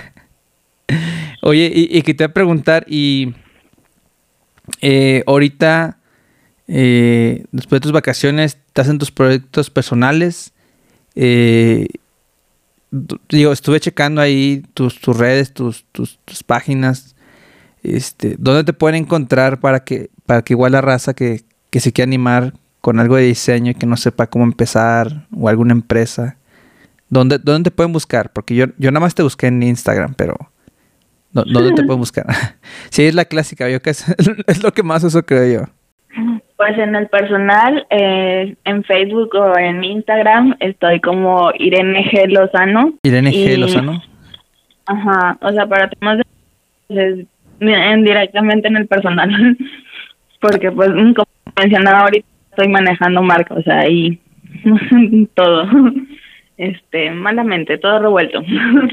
Speaker 1: Oye, y, y que te voy a preguntar, y eh, ahorita, eh, después de tus vacaciones, ¿estás en tus proyectos personales? Eh, du- digo, estuve checando ahí tus, tus redes, tus, tus, tus páginas. Este, ¿dónde te pueden encontrar para que, para que igual la raza que, que se quiera animar con algo de diseño y que no sepa cómo empezar o alguna empresa? ¿Dónde, dónde te pueden buscar? Porque yo, yo nada más te busqué en Instagram, pero ¿dó- ¿dónde te pueden buscar? Sí, es la clásica, yo que es, es lo que más uso, creo yo.
Speaker 2: Pues en el personal, eh, en Facebook o en Instagram, estoy como Irene G. Lozano.
Speaker 1: Irene G.
Speaker 2: Y,
Speaker 1: Lozano.
Speaker 2: ajá, o sea, para temas de pues, en, directamente en el personal, porque pues como mencionaba ahorita estoy manejando marca, o sea, y todo, este, malamente, todo revuelto.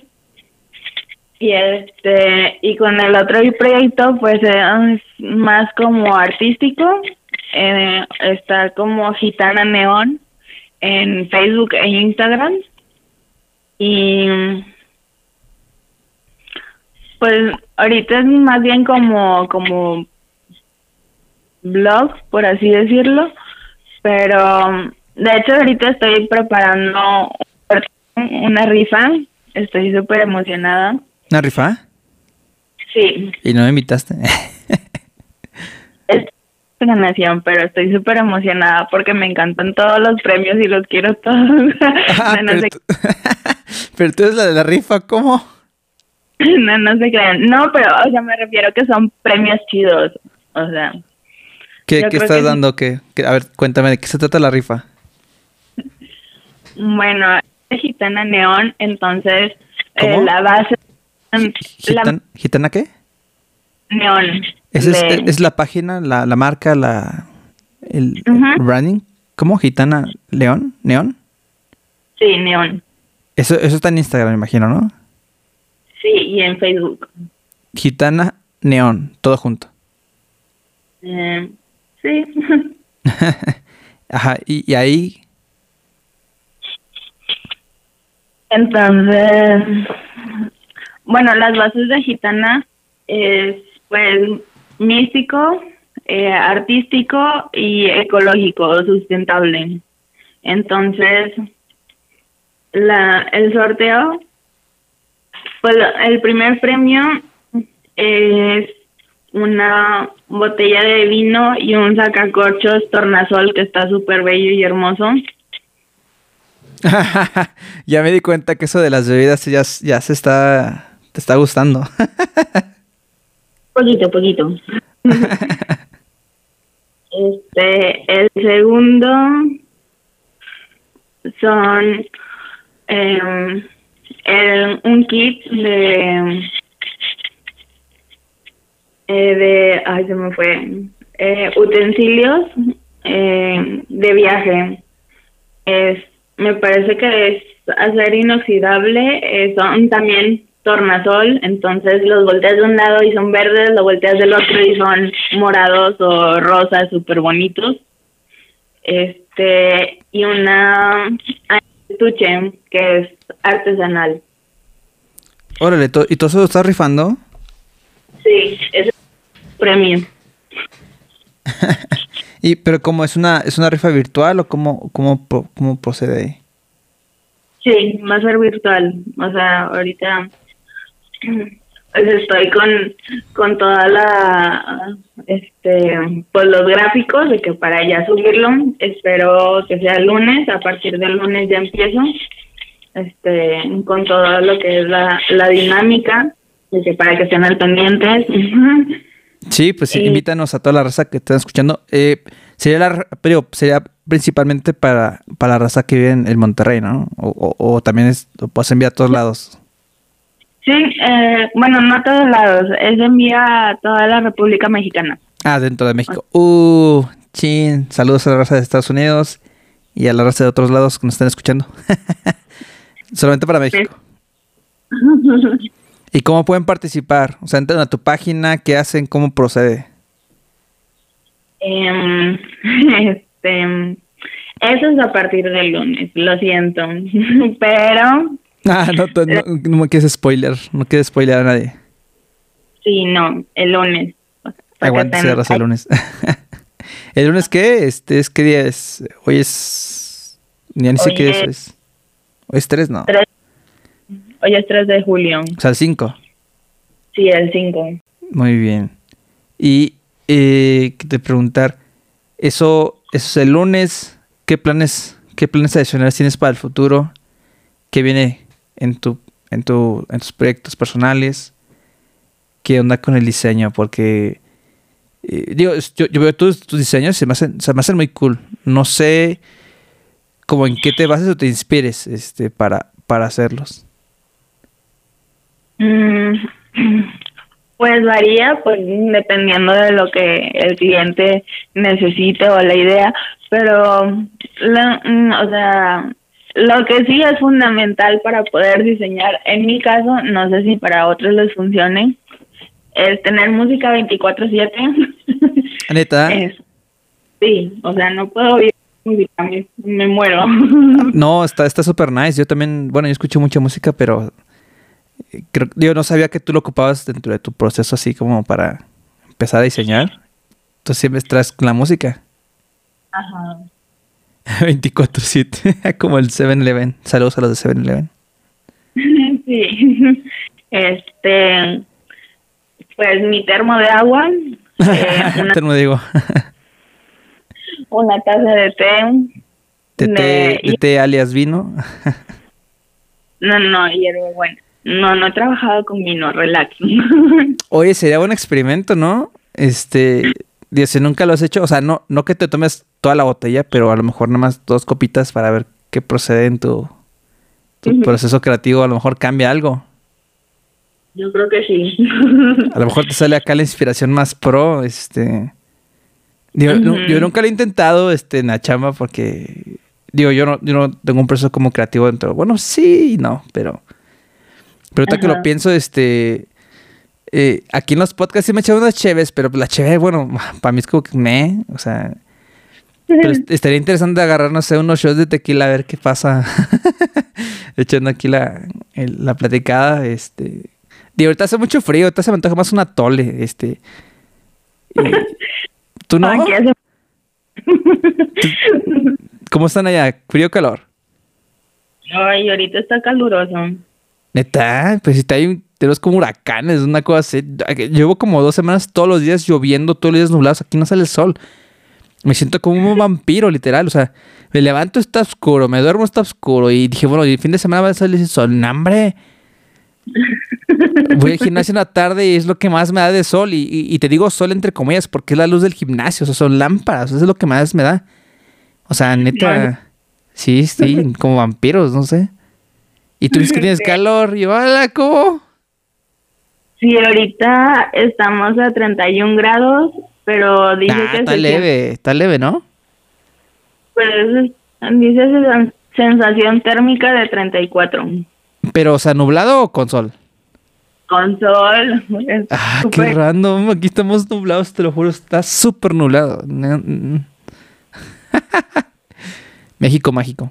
Speaker 2: Y este, y con el otro proyecto pues eh, es más como artístico, eh, está como Gitana Neón en Facebook e Instagram y pues ahorita es más bien como como blog, por así decirlo, pero de hecho ahorita estoy preparando una rifa, estoy súper emocionada.
Speaker 1: ¿Una rifa?
Speaker 2: Sí,
Speaker 1: Y no me invitaste.
Speaker 2: es una nación, pero estoy súper emocionada porque me encantan todos los premios y los quiero todos.
Speaker 1: Ah,
Speaker 2: De no
Speaker 1: pero,
Speaker 2: sé
Speaker 1: tú- Pero tú eres la de la rifa, ¿cómo?
Speaker 2: No, no se crean. No, pero, o sea, me refiero que son premios chidos. O sea,
Speaker 1: ¿Qué,
Speaker 2: yo
Speaker 1: qué
Speaker 2: creo
Speaker 1: estás
Speaker 2: que sí.
Speaker 1: dando? ¿Qué? ¿Qué? A ver, cuéntame, ¿de qué se trata la rifa?
Speaker 2: Bueno, es Gitana Neón, entonces eh,
Speaker 1: ¿Cómo?
Speaker 2: la base,
Speaker 1: Gi-
Speaker 2: la
Speaker 1: ¿Gitan- ¿Gitana qué?
Speaker 2: Neón
Speaker 1: ¿Esa es, es,
Speaker 2: de,
Speaker 1: es la página, la, la marca, la el, el
Speaker 2: Ujú,
Speaker 1: branding? ¿Cómo? ¿Gitana León? ¿Neón?
Speaker 2: sí, Neón,
Speaker 1: Eso, eso está en Instagram, me imagino, ¿no?
Speaker 2: sí, y en Facebook.
Speaker 1: Gitana Neón, todo junto.
Speaker 2: Eh, sí.
Speaker 1: Ajá, y, y ahí...
Speaker 2: Entonces, bueno, las bases de Gitana es pues místico, eh, artístico y ecológico, sustentable. Entonces, la, el sorteo, pues el primer premio es una botella de vino y un sacacorchos tornasol que está súper bello y hermoso.
Speaker 1: Ya me di cuenta que eso de las bebidas ya, ya se está... Te está gustando.
Speaker 2: Poquito, poquito. Este, el segundo son eh, el- un kit de, eh, de, ay, se me fue, eh, utensilios eh, de viaje. Es, me parece que es acero inoxidable, eh, son también tornasol, entonces los volteas de un lado y son verdes, los volteas del otro y son morados o rosas, súper bonitos. Este, y una estuche que es artesanal.
Speaker 1: Órale, to- ¿y todo eso lo estás rifando?
Speaker 2: Sí, es premio.
Speaker 1: Y, pero ¿cómo es una, es una rifa virtual o cómo, cómo, pro- cómo procede ahí?
Speaker 2: Sí, va a ser virtual. O sea, ahorita pues estoy con, con toda la, este, pues los gráficos de que para ya subirlo, espero que sea el lunes, a partir del lunes ya empiezo, este, con todo lo que es la, la dinámica, de que para que estén al pendientes.
Speaker 1: Sí, pues sí,
Speaker 2: Y
Speaker 1: invítanos a toda la raza que estén escuchando. Eh, sería la, ra- pero sería principalmente para, para la raza que vive en el Monterrey, ¿no? O, o, o también es, lo puedes enviar a todos lados.
Speaker 2: sí, eh, bueno, no a todos lados, es envía a toda la República Mexicana.
Speaker 1: Ah, dentro de México. Uh, chin. Saludos a la raza de Estados Unidos y a la raza de otros lados que nos están escuchando. Solamente para México. ¿Y cómo pueden participar? O sea, entran a tu página, ¿qué hacen? ¿Cómo procede?
Speaker 2: Em, este, eso es a partir del lunes, lo siento, pero
Speaker 1: Ah, no, to- no, no me quieres spoiler. No quieres spoiler a nadie.
Speaker 2: sí, no, el lunes. Para que
Speaker 1: Aguántese,
Speaker 2: ten-
Speaker 1: raza, el lunes. ¿El lunes qué? Este, ¿es qué día es? Hoy es... Ya ni sé
Speaker 2: Hoy
Speaker 1: qué es.
Speaker 2: es
Speaker 1: es- Hoy es tres, ¿no?
Speaker 2: tres, hoy es tres de julio,
Speaker 1: O sea, el cinco.
Speaker 2: sí, el cinco.
Speaker 1: Muy bien. Y eh, que te preguntar, eso, eso es el lunes, ¿qué planes, qué planes adicionales tienes para el futuro? ¿Qué viene en tu, en tu, en tus proyectos personales? ¿Qué onda con el diseño? Porque eh, digo, es- yo, yo veo tus, tus diseños y se me hacen, se me hacen muy cool. No sé como en qué te bases o te inspires este para, para hacerlos.
Speaker 2: Mm, pues varía, pues dependiendo de lo que el cliente necesite o la idea, pero la- mm, o sea, lo que sí es fundamental para poder diseñar, en mi caso, no sé si para otros les funcione, es tener música veinticuatro siete.
Speaker 1: Neta.
Speaker 2: Es, sí, o sea, no puedo oír música, me, me muero.
Speaker 1: No, está está súper nice. Yo también, bueno, yo escucho mucha música, pero eh, creo, yo no sabía que tú lo ocupabas dentro de tu proceso así como para empezar a diseñar. Entonces siempre traes la música.
Speaker 2: Ajá.
Speaker 1: veinticuatro siete, como el siete eleven. Saludos a los de siete eleven.
Speaker 2: Sí. Este, pues mi termo de agua, eh, una,
Speaker 1: Te lo digo.
Speaker 2: una taza de té,
Speaker 1: De té,
Speaker 2: de-
Speaker 1: de té alias vino.
Speaker 2: No, no, hierbabuena. No, no he trabajado con vino, relax.
Speaker 1: Oye, sería buen experimento, ¿no? Este, digo, si nunca lo has hecho, o sea, no, no que te tomes toda la botella, pero a lo mejor nada más dos copitas para ver qué procede en tu, tu
Speaker 2: Ujú.
Speaker 1: proceso creativo, a lo mejor cambia algo.
Speaker 2: Yo creo que sí.
Speaker 1: A lo mejor te sale acá la inspiración más pro, este... Digo, nu- yo
Speaker 2: Ujú.
Speaker 1: nunca lo he intentado, este, en la chamba porque... Digo, yo no, yo no tengo un proceso como creativo dentro. Bueno, sí y no, pero... Pero ahorita que lo
Speaker 2: Ajá.
Speaker 1: pienso, este... eh, aquí en los podcasts sí me echan unas cheves, pero la cheve, bueno, para mí es como que me... O sea... Pero est- estaría interesante agarrar, no sé, unos shots de tequila a ver qué pasa. Echando aquí la, el- la platicada, este... Digo, ahorita hace mucho frío, ahorita se me antoja más un atole, este... Y... ¿Tú
Speaker 2: Aquí
Speaker 1: no?
Speaker 2: hace...
Speaker 1: ¿Cómo están allá? ¿Frío o calor?
Speaker 2: Ay, ahorita está caluroso.
Speaker 1: Neta, pues si está ahí, tenemos como huracanes, una cosa así. Llevo como dos semanas todos los días lloviendo, todos los días nublados, aquí no sale el sol. Me siento como un vampiro, literal. O sea, me levanto, está oscuro, me duermo, está oscuro. Y dije, bueno, y el fin de semana va a salir el sol. ¡No, hombre! Voy al gimnasio en la tarde y es lo que más me da de sol. Y, y- y te digo sol entre comillas porque es la luz del gimnasio. O sea, son lámparas. Eso es lo que más me da. O sea,
Speaker 2: No,
Speaker 1: neta. Sí, sí, como vampiros, no sé. Y tú dices que tienes calor. Y yo, hola, ¿cómo?
Speaker 2: sí, ahorita estamos a treinta y un grados, pero dice
Speaker 1: Ah,
Speaker 2: que
Speaker 1: está
Speaker 2: se siente,
Speaker 1: leve, está leve, ¿no?
Speaker 2: pues, dice sen- sensación térmica de treinta y cuatro.
Speaker 1: Pero, o sea, ¿nublado o con sol?
Speaker 2: Con sol, es
Speaker 1: Ah, qué
Speaker 2: súper.
Speaker 1: random. Aquí estamos nublados, te lo juro. Está súper nublado. No, mm. México mágico.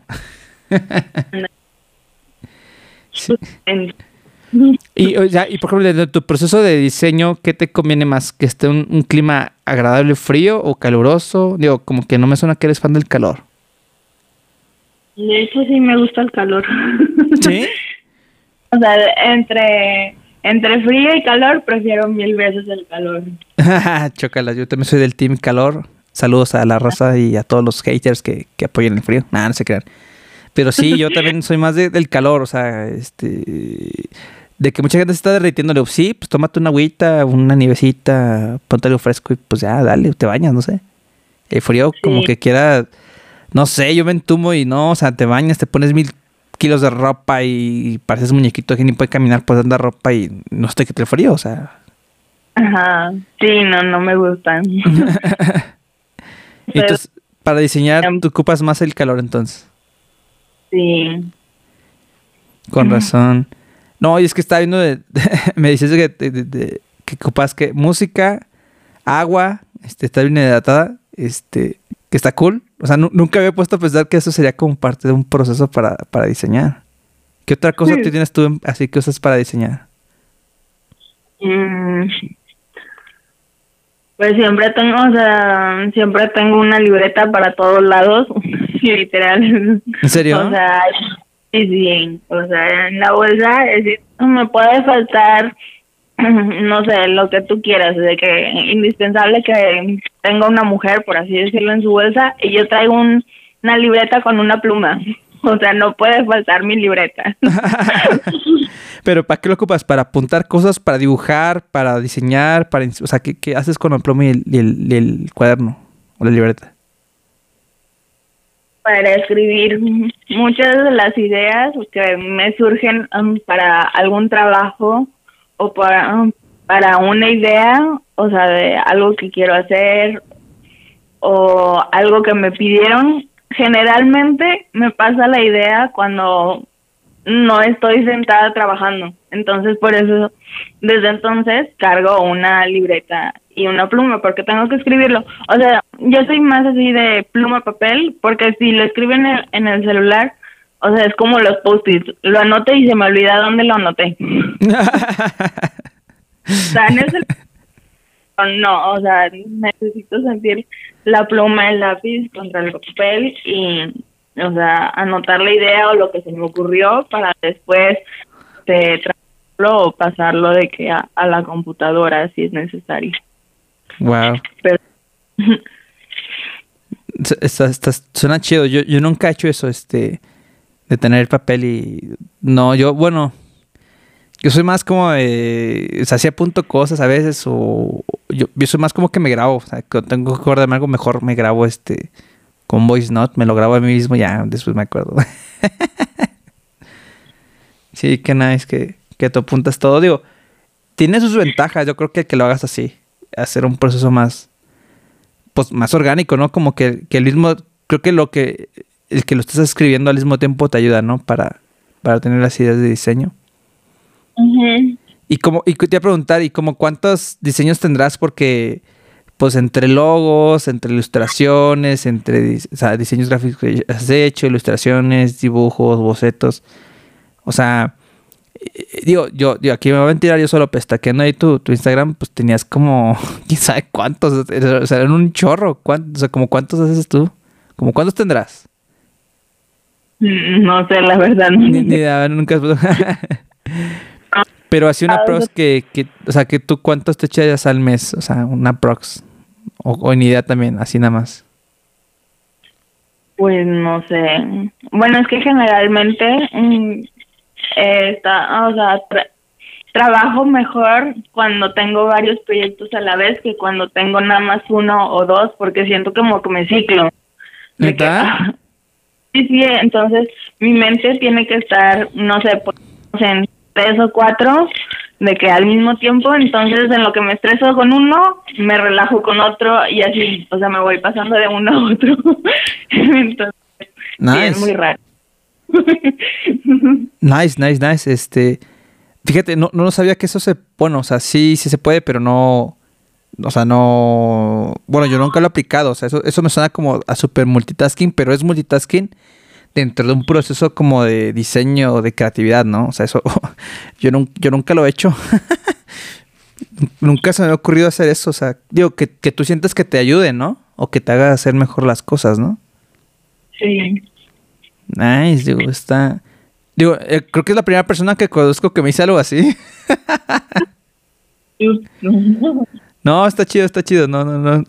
Speaker 1: Sí. Y, o sea, y por ejemplo, de tu proceso de diseño, ¿qué te conviene más? ¿Que esté un, un clima agradable, frío o caluroso? Digo, como que no me suena que eres fan del calor.
Speaker 2: De hecho, sí me gusta el calor.
Speaker 1: ¿Sí?
Speaker 2: O sea, entre, entre frío y calor, prefiero mil veces el calor.
Speaker 1: Chócala, yo también soy del team calor. Saludos a la raza y a todos los haters que, que apoyan el frío. Nada, no se crean. Pero sí, yo también soy más de- del calor, o sea, este... De que mucha gente se está derritiendo, le digo, sí, pues tómate una agüita, una nievecita, ponte algo fresco y pues ya, dale, te bañas, no sé. El frío como
Speaker 2: Sí,
Speaker 1: que quiera, no sé, yo me entumo y no, o sea, te bañas, te pones mil kilos de ropa y pareces muñequito que ni puede caminar por tanta ropa y no estoy que te el frío, o sea.
Speaker 2: ajá, sí, no, no me gustan. Pero
Speaker 1: Entonces, para diseñar,
Speaker 2: em,
Speaker 1: tú ocupas más el calor entonces.
Speaker 2: sí.
Speaker 1: Con razón. No, y es que estaba viendo de, me dices que, de- de- de- que ocupas que música, agua, este, está bien hidratada, este, que está cool. O sea, nu- nunca había puesto a pensar que eso sería como parte de un proceso para, para diseñar. ¿Qué otra cosa tú tienes tú en- así que usas para diseñar?
Speaker 2: Mm, pues siempre tengo, o sea, siempre tengo una libreta para todos lados, literal.
Speaker 1: ¿En
Speaker 2: O
Speaker 1: serio?
Speaker 2: sea, sí, sí, o sea, en la bolsa, es decir, me puede faltar, no sé, lo que tú quieras, de que indispensable que tenga una mujer, por así decirlo, en su bolsa, y yo traigo un, una libreta con una pluma. O sea, no puede faltar mi libreta.
Speaker 1: Pero ¿para qué lo ocupas? ¿Para apuntar cosas, para dibujar, para diseñar, para, ins- o sea, ¿qué, qué haces con el plomo y el, y el- y el cuaderno o la libreta?
Speaker 2: Para escribir muchas de las ideas que me surgen um, para algún trabajo o para, um, para una idea, o sea, de algo que quiero hacer o algo que me pidieron. Generalmente me pasa la idea cuando no estoy sentada trabajando. Entonces, por eso, desde entonces, cargo una libreta y una pluma, porque tengo que escribirlo. O sea, yo soy más así de pluma papel, porque si lo escribo en el, en el celular, o sea, es como los post-its. Lo anoté y se me olvida dónde lo anoté. O sea, en el celular no, o sea, necesito sentir la pluma, el lápiz contra el papel y, o sea, anotar la idea o lo que se me ocurrió para después de trabajarlo o pasarlo de que a, a la computadora si es necesario.
Speaker 1: Wow.
Speaker 2: Pero
Speaker 1: Está, está- suena chido. Yo, yo nunca he hecho eso, este. de tener el papel y... No, yo, bueno... Yo soy más como de... O sea, sí apunto cosas a veces o... Yo, yo soy más como que me grabo. O sea, cuando tengo que acordarme algo mejor me grabo este... Con Voice Note. Me lo grabo a mí mismo ya después me acuerdo. Sí, qué nice que, que tú apuntas todo. Digo, tiene sus ventajas. Yo creo que que lo hagas así. Hacer un proceso más... Pues más orgánico, ¿no? Como que, que el mismo... Creo que lo que... El que lo estés escribiendo al mismo tiempo te ayuda, ¿no? Para, para tener las ideas de diseño.
Speaker 2: Uh-huh.
Speaker 1: Y como, y te iba a preguntar, ¿y como cuántos diseños tendrás? Porque, pues, entre logos, entre ilustraciones, entre o sea, diseños gráficos que has hecho, ilustraciones, dibujos, bocetos. O sea, eh, digo, yo, yo aquí me voy a mentir, yo solo pestaqueando ahí tu, tu Instagram, pues tenías como, quién sabe cuántos, o sea, eran un chorro. ¿Cuántos, o sea, como cuántos haces tú? ¿Como cuántos tendrás?
Speaker 2: No sé, la verdad. No
Speaker 1: Ni, ni idea, nunca. Pero así una prox que, que, o sea, que tú cuántos te echas al mes, o sea, una prox. O, o en idea también, así nada más.
Speaker 2: Pues no sé. Bueno, es que generalmente mm, eh, está, o sea, tra- trabajo mejor cuando tengo varios proyectos a la vez que cuando tengo nada más uno o dos, porque siento como que me ciclo. De que,
Speaker 1: ¿Neta?
Speaker 2: ah, sí, sí, entonces mi mente tiene que estar, no sé, por, no sé, en tres o cuatro, de que al mismo tiempo, entonces en lo que me estreso con uno, me relajo con otro y así, o sea, me voy pasando de uno a otro. Entonces,
Speaker 1: Nice.
Speaker 2: sí, es muy raro.
Speaker 1: Nice, nice, nice. Este, fíjate, no, no sabía que eso se, bueno, o sea, sí, sí se puede, pero no, o sea, no, bueno, yo nunca lo he aplicado, o sea, eso, eso me suena como a super multitasking, pero es multitasking dentro de un proceso como de diseño o de creatividad, ¿no? O sea, eso yo, nun- yo nunca lo he hecho. Nunca se me ha ocurrido hacer eso. O sea, digo, que, que tú sientes que te ayude, ¿no? O que te haga hacer mejor las cosas, ¿no?
Speaker 2: Sí.
Speaker 1: Nice, digo, está... Digo, eh, creo que es la primera persona que conozco que me dice algo así. No, está chido, está chido. No, no, no.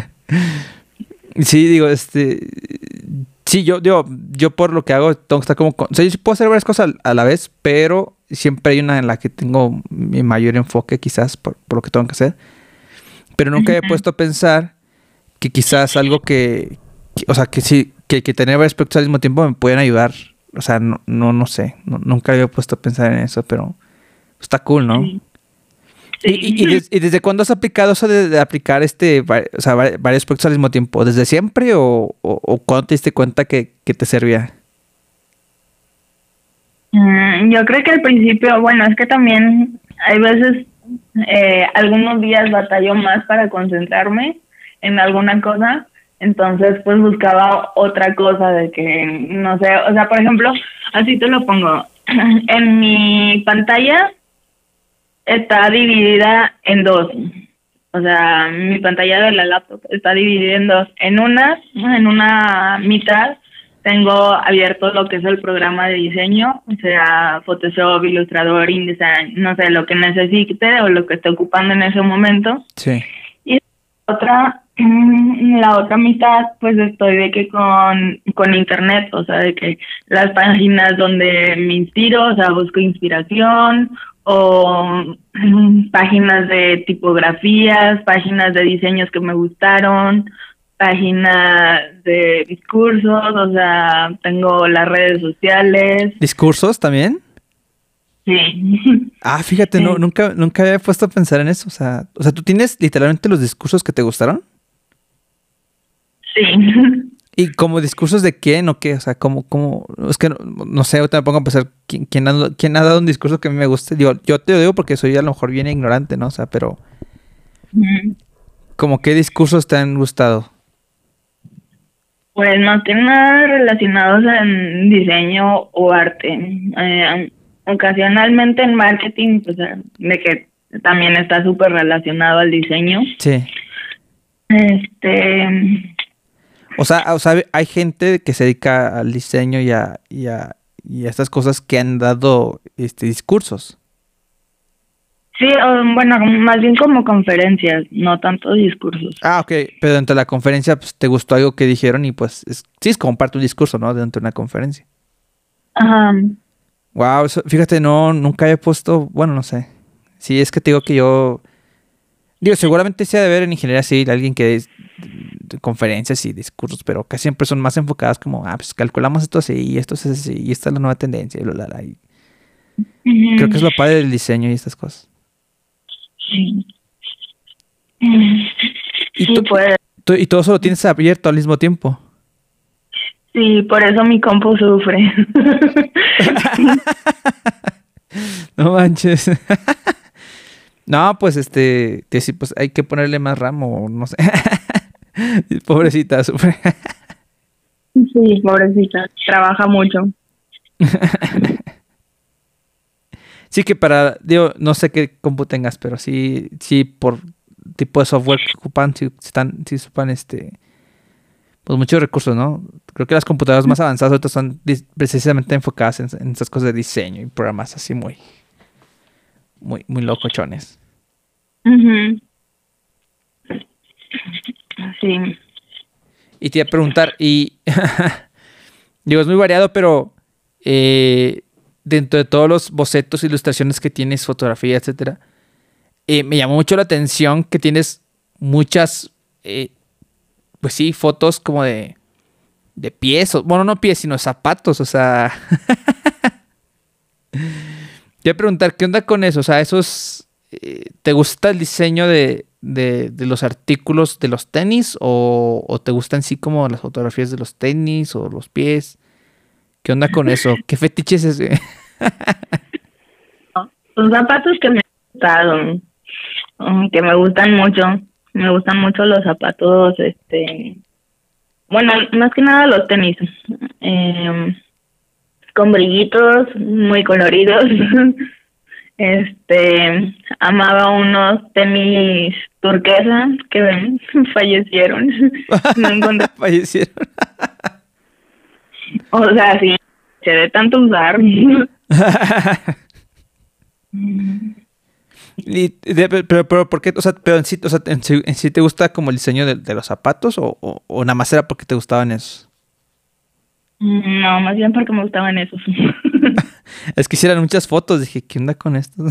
Speaker 1: Sí, digo, este... Sí, yo, yo, yo por lo que hago, tengo que estar como... con- O sea, yo sí puedo hacer varias cosas a la vez, pero siempre hay una en la que tengo mi mayor enfoque, quizás, por, por lo que tengo que hacer. Pero nunca había puesto a pensar que quizás algo que... que- o sea, que sí, que, que tener varios proyectos al mismo tiempo me pueden ayudar. O sea, no, no, no sé. No- nunca había puesto a pensar en eso, pero está cool, ¿no?
Speaker 2: Sí.
Speaker 1: ¿Y, y, y des- y desde cuándo has aplicado eso de, de aplicar este, va- o sea, va- varios proyectos al mismo tiempo? ¿Desde siempre o, o, o cuándo te diste cuenta que, que te servía?
Speaker 2: Mm, Yo creo que al principio, bueno, es que también hay veces, eh, algunos días batallo más para concentrarme en alguna cosa, entonces pues buscaba otra cosa de que, no sé, o sea, por ejemplo, así te lo pongo, en mi pantalla está dividida en dos. O sea, mi pantalla de la laptop está dividida en dos. En una, en una mitad tengo abierto lo que es el programa de diseño, o sea, Photoshop, Illustrator, InDesign, no sé, lo que necesite o lo que esté ocupando en ese momento.
Speaker 1: Sí.
Speaker 2: Y la otra, mm, la otra mitad, pues estoy de que con, con internet, o sea, de que las páginas donde me inspiro, o sea, busco inspiración, o mm, páginas de tipografías, páginas de diseños que me gustaron, páginas de discursos, o sea, tengo las redes sociales,
Speaker 1: ¿Discursos también?
Speaker 2: sí.
Speaker 1: Ah, fíjate, no, nunca, nunca había puesto a pensar en eso. O sea, o sea, ¿tú tienes literalmente los discursos que te gustaron?
Speaker 2: Sí.
Speaker 1: ¿Y como discursos de quién o qué? O sea, ¿cómo, cómo? Es que no, no sé, ahorita me pongo a pensar quién, quién, ha, quién ha dado un discurso que a mí me guste. Digo, yo te lo digo porque soy a lo mejor bien ignorante, ¿no? O sea, pero
Speaker 2: Mm.
Speaker 1: ¿como qué discursos te han gustado?
Speaker 2: Pues más que nada relacionados en diseño o arte. Eh, ocasionalmente en marketing, pues eh, de que también está súper relacionado al diseño.
Speaker 1: Sí.
Speaker 2: Este,
Speaker 1: O sea, o sea, hay gente que se dedica al diseño y a, y a, y a estas cosas que han dado este discursos.
Speaker 2: sí, o, bueno, más bien como conferencias, no tanto discursos.
Speaker 1: Ah, ok. Pero dentro de la conferencia, pues, te gustó algo que dijeron y pues, es, sí, es como parte de un discurso, ¿no? Dentro de una conferencia.
Speaker 2: Ajá.
Speaker 1: Wow, eso- fíjate, no, nunca había puesto, bueno, no sé. Sí, es que te digo que yo, digo, seguramente se ha de ver en ingeniería civil alguien que es de conferencias y discursos, pero casi siempre son más enfocadas como, ah, pues calculamos esto así, y esto es así, y esta es la nueva tendencia, y bla, bla, bla. Y creo que
Speaker 2: Ujú.
Speaker 1: es lo padre del diseño y estas cosas.
Speaker 2: Sí. Mm.
Speaker 1: Y,
Speaker 2: Sí,
Speaker 1: to- y,
Speaker 2: pues,
Speaker 1: to- y todo eso lo tienes abierto al mismo tiempo.
Speaker 2: sí, por eso mi compu sufre.
Speaker 1: No manches. No, pues este, que sí, pues hay que ponerle más RAM o no sé. Pobrecita, sufre.
Speaker 2: Sí, pobrecita, trabaja mucho.
Speaker 1: Sí que para, digo, no sé qué compu tengas, pero sí, sí por tipo de software que ocupan, sí están, sí ocupan este, pues muchos recursos, ¿no? Creo que las computadoras más avanzadas ahorita son dis- precisamente enfocadas en, en esas cosas de diseño y programas así muy, muy, muy locochones.
Speaker 2: Ujú. Sí.
Speaker 1: Y te iba a preguntar, y digo, es muy variado, pero eh, dentro de todos los bocetos, ilustraciones que tienes, fotografía, etcétera, eh, me llamó mucho la atención que tienes muchas, eh, pues sí, fotos como de, de pies, o- bueno, no pies, sino zapatos, o sea, te iba a preguntar, ¿qué onda con eso? O sea, esos, eh, ¿te gusta el diseño de, de, de los artículos de los tenis o, o te gustan sí como las fotografías de los tenis o los pies? ¿Qué onda con eso? ¿Qué fetiche es ese?
Speaker 2: Son zapatos que me han gustado, mm, que me gustan mucho. Me gustan mucho los zapatos, este, bueno, más que nada los tenis, eh, con brillitos, muy coloridos. Este, amaba unos tenis turquesa que ven, fallecieron. No encontré,
Speaker 1: Fallecieron.
Speaker 2: o sea, sí, se de tanto usar.
Speaker 1: Y de- pero, pero, ¿por qué? O sea, pero en sí, o sea, en sí, en sí te gusta como el diseño de, de los zapatos o, o, o nada más era porque te gustaban esos.
Speaker 2: No, más bien porque me gustaban esos.
Speaker 1: Es que hicieran muchas fotos, dije, ¿qué onda con esto?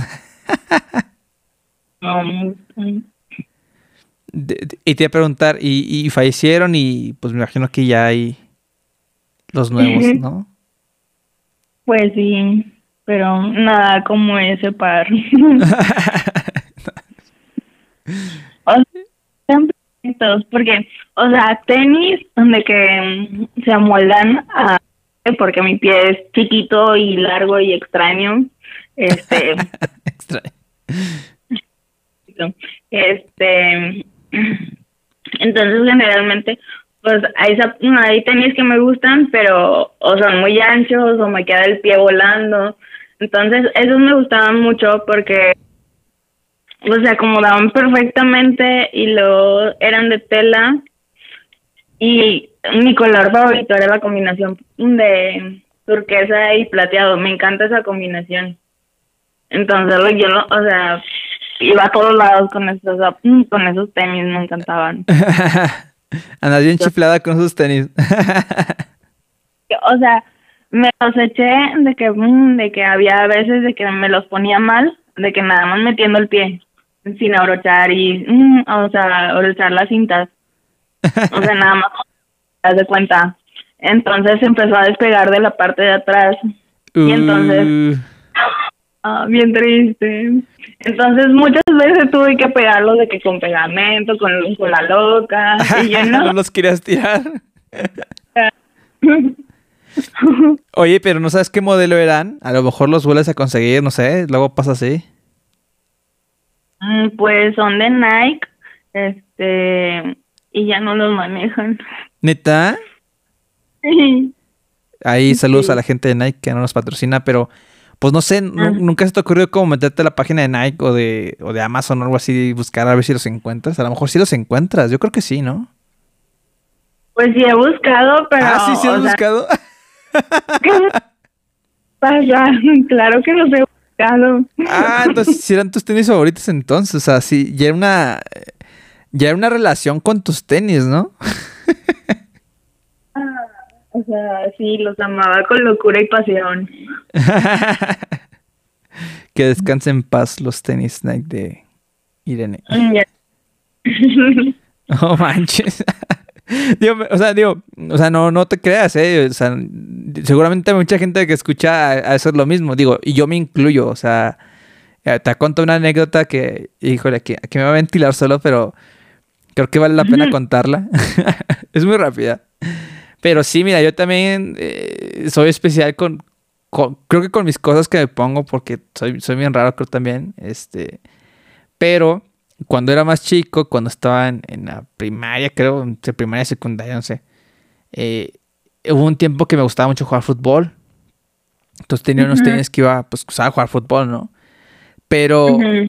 Speaker 2: No, me gustan.
Speaker 1: De- de- y te iba a preguntar, y, y fallecieron y pues me imagino que ya hay los nuevos, ¿no?
Speaker 2: Pues sí, pero nada como ese par. O sea, están perfectos, porque, o sea, tenis donde que mm, se amoldan a, porque mi pie es chiquito y largo y extraño, este,
Speaker 1: Extraño.
Speaker 2: este, entonces generalmente, pues hay, zap- no, hay tenis que me gustan, pero o son muy anchos o me queda el pie volando, entonces esos me gustaban mucho porque pues, se acomodaban perfectamente y luego eran de tela. Y mi color favorito era la combinación de turquesa y plateado. Me encanta esa combinación. Entonces, lo- yo, lo- o sea, iba a todos lados con esos, zap- con esos tenis, me encantaban.
Speaker 1: Andas bien chiflada con sus tenis.
Speaker 2: O sea, me los eché de que, mm, de que había veces de que me los ponía mal, de que nada más metiendo el pie, sin abrochar y, mm, o sea, abrochar las cintas. O sea, nada más, haz de cuenta. Entonces empezó a despegar de la parte de atrás. Y entonces,
Speaker 1: Uh,
Speaker 2: ah, bien triste. Entonces muchas veces tuve que pegarlos de que con pegamento, con, con la loca. Y yo
Speaker 1: no
Speaker 2: no.
Speaker 1: los querías tirar. Oye, pero no sabes qué modelo eran. A lo mejor los vuelves a conseguir, no sé. Luego pasa así.
Speaker 2: Mm, Pues son de Nike, este, y ya no los manejan.
Speaker 1: ¿Neta?
Speaker 2: Sí.
Speaker 1: Ahí saludos a la
Speaker 2: Sí.
Speaker 1: gente de Nike que no nos patrocina, pero pues no sé, nu-
Speaker 2: Ah,
Speaker 1: nunca se te ocurrió como meterte a la página de Nike o de, o de Amazon o algo así y buscar a ver si los encuentras. A lo mejor sí los encuentras. Yo creo que sí, ¿no?
Speaker 2: Pues sí he buscado, pero,
Speaker 1: Ah, sí, sí has
Speaker 2: o sea,
Speaker 1: buscado.
Speaker 2: ¿qué pasa? Claro que los he buscado.
Speaker 1: Ah, entonces sí eran tus tenis favoritos entonces. O sea, sí, ya era una, ya era una relación con tus tenis, ¿no?
Speaker 2: O sea, sí, los amaba con locura y pasión.
Speaker 1: Que descansen en paz los tenis Nike de Irene.
Speaker 2: Mm, ya.
Speaker 1: Oh, manches. Digo, o sea, digo, o sea, no, no te creas, eh. O sea, seguramente hay mucha gente que escucha a, a eso es lo mismo. Digo, y yo me incluyo, o sea, eh, te cuento una anécdota que, híjole, aquí, aquí me va a ventilar solo, pero creo que vale la pena contarla. Es muy rápida. Pero sí, mira, yo también eh, soy especial con, con- creo que con mis cosas que me pongo, porque soy, soy bien raro, creo también. Este, pero cuando era más chico, cuando estaba en, en la primaria, creo, entre primaria y secundaria, no sé, eh, hubo un tiempo que me gustaba mucho jugar fútbol. Entonces tenía unos
Speaker 2: Ujú,
Speaker 1: tenis que iba, pues, usaba a jugar fútbol, ¿no? Pero
Speaker 2: ujú.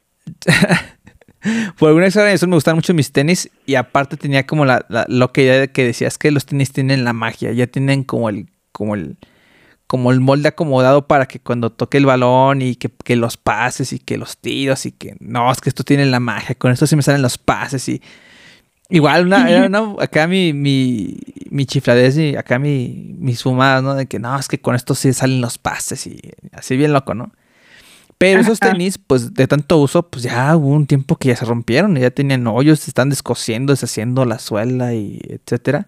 Speaker 1: por alguna extraña razón me gustaban mucho mis tenis y aparte tenía como la, la loca idea de que decías que los tenis tienen la magia, ya tienen como el, como el, como el molde acomodado para que cuando toque el balón y que, que los pases y que los tiros y que no, es que esto tiene la magia, con esto sí me salen los pases y igual una, era una, acá mi, mi, mi chifladez y acá mi, mis fumadas, ¿no? De que no, es que con esto sí salen los pases y así bien loco, ¿no? Pero esos
Speaker 2: Ajá.
Speaker 1: tenis, pues de tanto uso, pues ya hubo un tiempo que ya se rompieron, ya tenían hoyos, se están descosiendo, deshaciendo la suela y etcétera.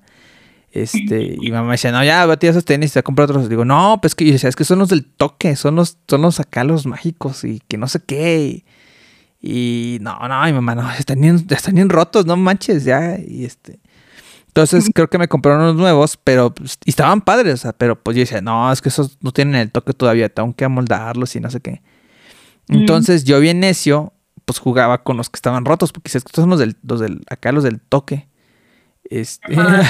Speaker 1: Este, y mamá decía, no, ya, voy a tirar esos tenis, te voy a comprar otros. Digo, no, pues que yo decía, es que son los del toque, son los, son los acá los mágicos y que no sé qué. Y, y no, no, mi mamá, no, están bien, están bien rotos, no manches, ya. Y este, entonces creo que me compraron unos nuevos, pero pues, y estaban padres, o sea, pero pues yo decía, no, es que esos no tienen el toque todavía, tengo que amoldarlos y no sé qué.
Speaker 2: Mm.
Speaker 1: Entonces yo bien necio, pues jugaba con los que estaban rotos, porque si estos son los del, los del, acá los del toque. Este.
Speaker 2: Ajá.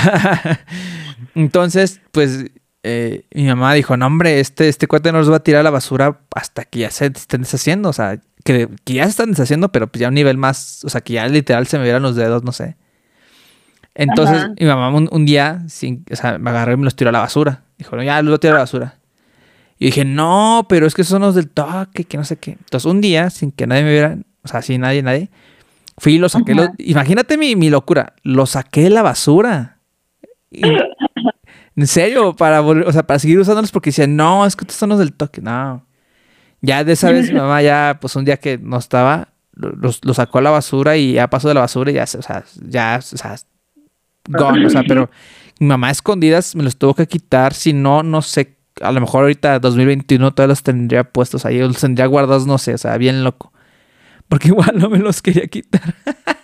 Speaker 1: Entonces, pues, eh, mi mamá dijo, no, hombre, este, este cuate no los va a tirar a la basura hasta que ya se estén deshaciendo. O sea, que, que ya se están deshaciendo, pero pues ya a un nivel más, o sea, que ya literal se me vieran los dedos, no sé. Entonces,
Speaker 2: Ajá.
Speaker 1: mi mamá un, un día, sin, o sea, me agarró y me los tiró a la basura. Dijo, no, ya los voy a tirar a la basura. Y dije, no, pero es que esos son los del toque, que no sé qué. Entonces, un día, sin que nadie me viera, o sea, sin nadie, nadie, fui y lo saqué. Lo,
Speaker 2: Ajá.
Speaker 1: imagínate mi, mi locura. Lo saqué de la basura. Y, en serio, para volver, o sea, para seguir usándolos porque decía, no, es que estos son los del toque. No. Ya de esa vez mi mamá ya, pues un día que no estaba, lo, los- lo sacó a la basura y ya pasó de la basura y ya, se- o sea, ya, o sea, gone. O sea, pero mi mamá a escondidas me los tuvo que quitar. Si no, no sé, a lo mejor ahorita dos mil veintiuno todavía los tendría puestos ahí, o los tendría guardados, no sé, o sea, bien loco. Porque igual no me los quería quitar.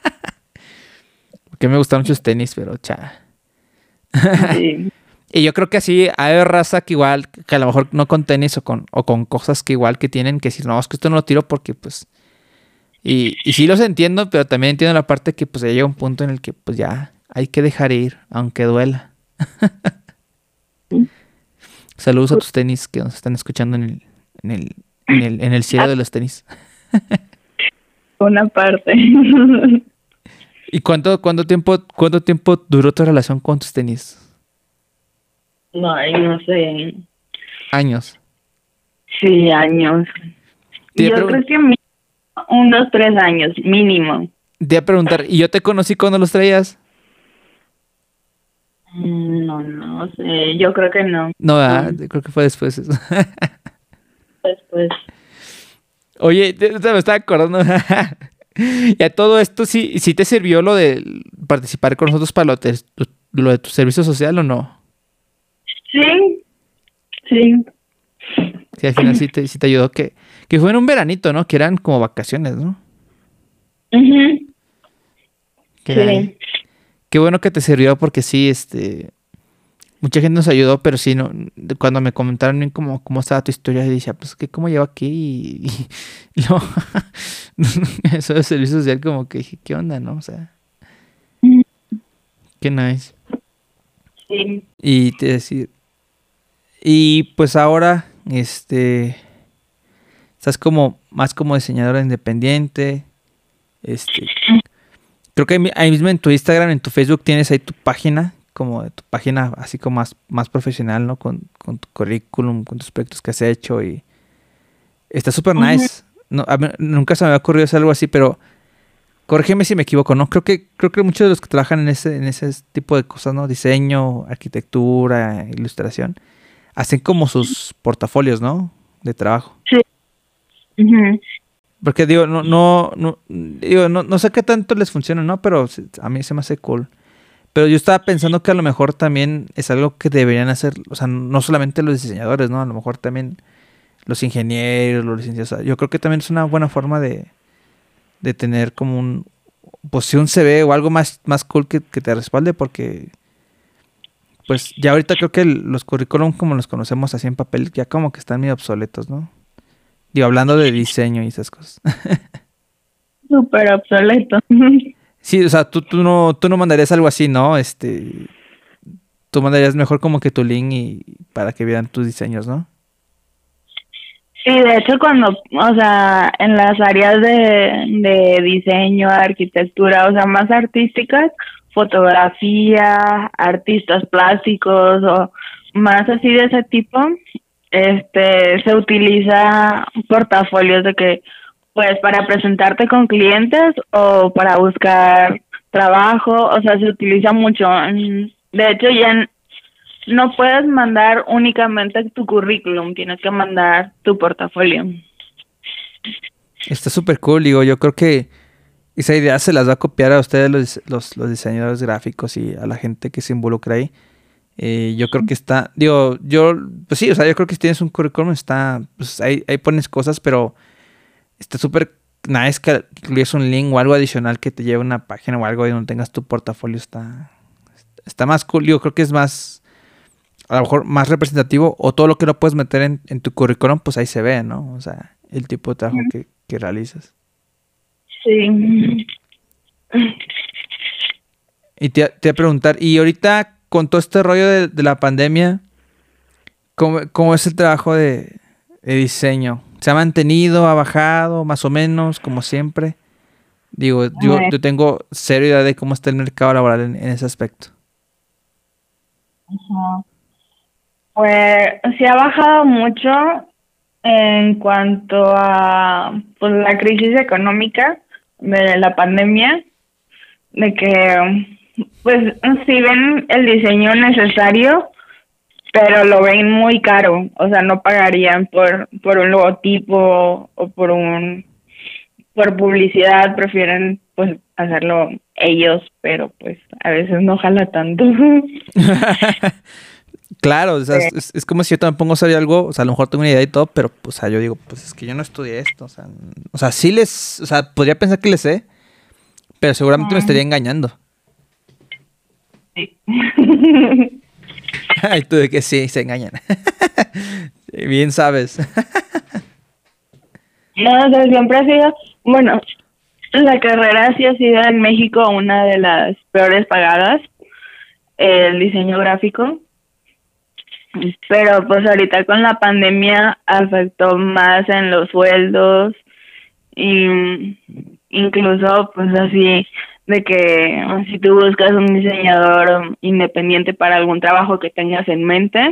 Speaker 1: Porque me gustan muchos tenis, pero cha.
Speaker 2: Sí.
Speaker 1: Y yo creo que así hay raza que igual, que a lo mejor no con tenis o con, o con cosas que igual que tienen que decir, no, es que esto no lo tiro porque pues... Y, y sí los entiendo, pero también entiendo la parte que pues ya llega un punto en el que pues ya hay que dejar ir, aunque duela. Saludos a tus tenis que nos están escuchando en el, en el, en el, en el cielo de los tenis.
Speaker 2: Una parte.
Speaker 1: ¿Y cuánto, cuánto tiempo, cuánto tiempo duró tu relación con tus tenis?
Speaker 2: No, ay, no sé.
Speaker 1: Años.
Speaker 2: Sí, años.
Speaker 1: Te iba a
Speaker 2: Yo creo
Speaker 1: pregun-
Speaker 2: que mi- unos tres años, mínimo.
Speaker 1: te iba a preguntar, ¿y yo te conocí cuando los traías?
Speaker 2: Mm, No, no sé. Yo creo que no.
Speaker 1: No, ¿verdad?
Speaker 2: Mm,
Speaker 1: Creo que fue después eso.
Speaker 2: Después.
Speaker 1: Oye, te- te me estaba acordando. Y a todo esto, ¿sí, sí te sirvió lo de participar con nosotros para lo de, tu- lo de tu servicio social o no?
Speaker 2: Sí, sí.
Speaker 1: Sí, al final sí te, sí te ayudó. Que, que fue en un veranito, ¿no? Que eran como vacaciones, ¿no?
Speaker 2: Ujú,
Speaker 1: Que era ahí.
Speaker 2: sí.
Speaker 1: Qué bueno que te sirvió porque sí, este... Mucha gente nos ayudó, pero sí, no, de- cuando me comentaron bien cómo, cómo estaba tu historia, yo decía, pues, ¿qué, cómo llevo aquí? Y, y, no, eso de servicio social, como que dije, ¿qué onda, no? O sea, qué nice.
Speaker 2: Sí.
Speaker 1: Y te decir, y pues ahora, este, estás como, más como diseñadora independiente, este, creo que ahí, mi- ahí mismo en tu Instagram, en tu Facebook tienes ahí tu página, como de tu página así como más, más profesional, ¿no? Con, con tu currículum, con tus proyectos que has hecho y está súper
Speaker 2: Ujú.
Speaker 1: nice. No, a mí nunca se me había ocurrido hacer algo así, pero corrígeme si me equivoco, ¿no? Creo que, creo que muchos de los que trabajan en ese, en ese tipo de cosas, ¿no? Diseño, arquitectura, ilustración, hacen como sus portafolios, ¿no? De trabajo.
Speaker 2: Sí. Uh-huh.
Speaker 1: Porque digo, no, no, no, digo, no, no sé qué tanto les funciona, ¿no? Pero a mí se me hace cool. Pero yo estaba pensando que a lo mejor también es algo que deberían hacer, o sea, no solamente los diseñadores, ¿no? A lo mejor también los ingenieros, los licenciados. O sea, yo creo que también es una buena forma de, de tener como un, pues sí, un C V o algo más, más cool que, que te respalde, porque pues ya ahorita creo que el- los currículum como los conocemos así en papel ya como que están medio obsoletos, ¿no? Digo, hablando de diseño y esas cosas.
Speaker 2: Súper obsoleto.
Speaker 1: Sí, o sea, tú, tú no, tú no mandarías algo así, ¿no? Este, tú mandarías mejor como que tu link y para que vieran tus diseños, ¿no?
Speaker 2: Sí, de hecho cuando, o sea, en las áreas de, de diseño, arquitectura, o sea, más artísticas, fotografía, artistas plásticos o más así de ese tipo, este, se utiliza portafolios de que, pues, para presentarte con clientes o para buscar trabajo, o sea, se utiliza mucho. Mm, De hecho, ya no puedes mandar únicamente tu currículum, tienes que mandar tu portafolio.
Speaker 1: Está súper cool, digo, yo creo que esa idea se las va a copiar a ustedes los, los, los diseñadores gráficos y a la gente que se involucra ahí. Eh, yo creo que está, digo, yo, pues sí, o sea, yo creo que si tienes un currículum está, pues ahí, ahí pones cosas, pero está súper nice que incluyes un link o algo adicional que te lleve a una página o algo ahí donde tengas tu portafolio, está, está más cool, yo creo que es más, a lo mejor más representativo o todo lo que no puedes meter en, en tu currículum, pues ahí se ve, ¿no? O sea, el tipo de trabajo que, que realizas.
Speaker 2: Sí.
Speaker 1: Y te, te iba a preguntar, y ahorita con todo este rollo de, de la pandemia, ¿cómo, cómo es el trabajo de, de diseño? ¿Se ha mantenido, ha bajado, más o menos, como siempre? Digo, yo,
Speaker 2: Ay,
Speaker 1: yo tengo cero idea de cómo está el mercado laboral en, en ese aspecto.
Speaker 2: ajá. Pues sí ha bajado mucho en cuanto a pues la crisis económica de la pandemia, de que pues sí ven el diseño necesario, pero lo ven muy caro, o sea, no pagarían por por un logotipo o por un por publicidad, prefieren pues hacerlo ellos, pero pues a veces no jala tanto.
Speaker 1: Claro, o sea,
Speaker 2: Eh,
Speaker 1: es, es- es como si yo también pongo a hacer algo, o sea, a lo mejor tengo una idea y todo, pero, o sea, yo digo, pues es que yo no estudié esto, o sea, n- o sea, sí les, o sea, podría pensar que les sé, pero seguramente me estaría
Speaker 2: mm,
Speaker 1: engañando.
Speaker 2: sí.
Speaker 1: Ay, tú de que sí, se engañan. Sí, bien sabes.
Speaker 2: No, o sea, siempre ha sido, bueno, la carrera sí ha sido en México una de las peores pagadas, el diseño gráfico, pero pues ahorita con la pandemia afectó más en los sueldos y incluso pues así de que si tú buscas un diseñador independiente para algún trabajo que tengas en mente,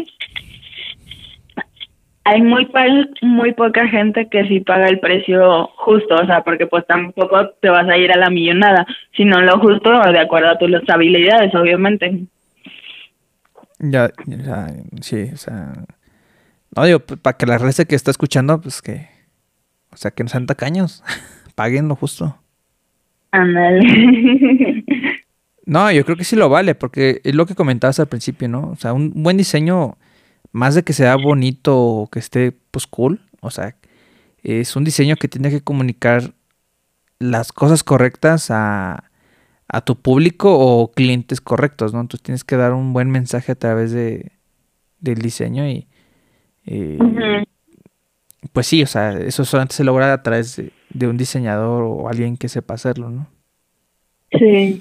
Speaker 2: hay muy pa- muy poca gente que sí paga el precio justo, o sea, porque pues tampoco te vas a ir a la millonada, sino lo justo de acuerdo a tus habilidades, obviamente.
Speaker 1: Ya, ya, sí, o sea, no digo, para que la raza que está escuchando, pues que, o sea, que no sean tacaños, paguen lo justo.
Speaker 2: Ándale.
Speaker 1: No, yo creo que sí lo vale, porque es lo que comentabas al principio, ¿no? O sea, un buen diseño, más de que sea bonito o que esté, pues, cool, o sea, es un diseño que tiene que comunicar las cosas correctas a, a tu público o clientes correctos, ¿no? Entonces tienes que dar un buen mensaje a través de, del diseño y, eh,
Speaker 2: Ujú.
Speaker 1: pues sí, o sea, eso solamente se logra a través de, de un diseñador o alguien que sepa hacerlo, ¿no?
Speaker 2: Sí.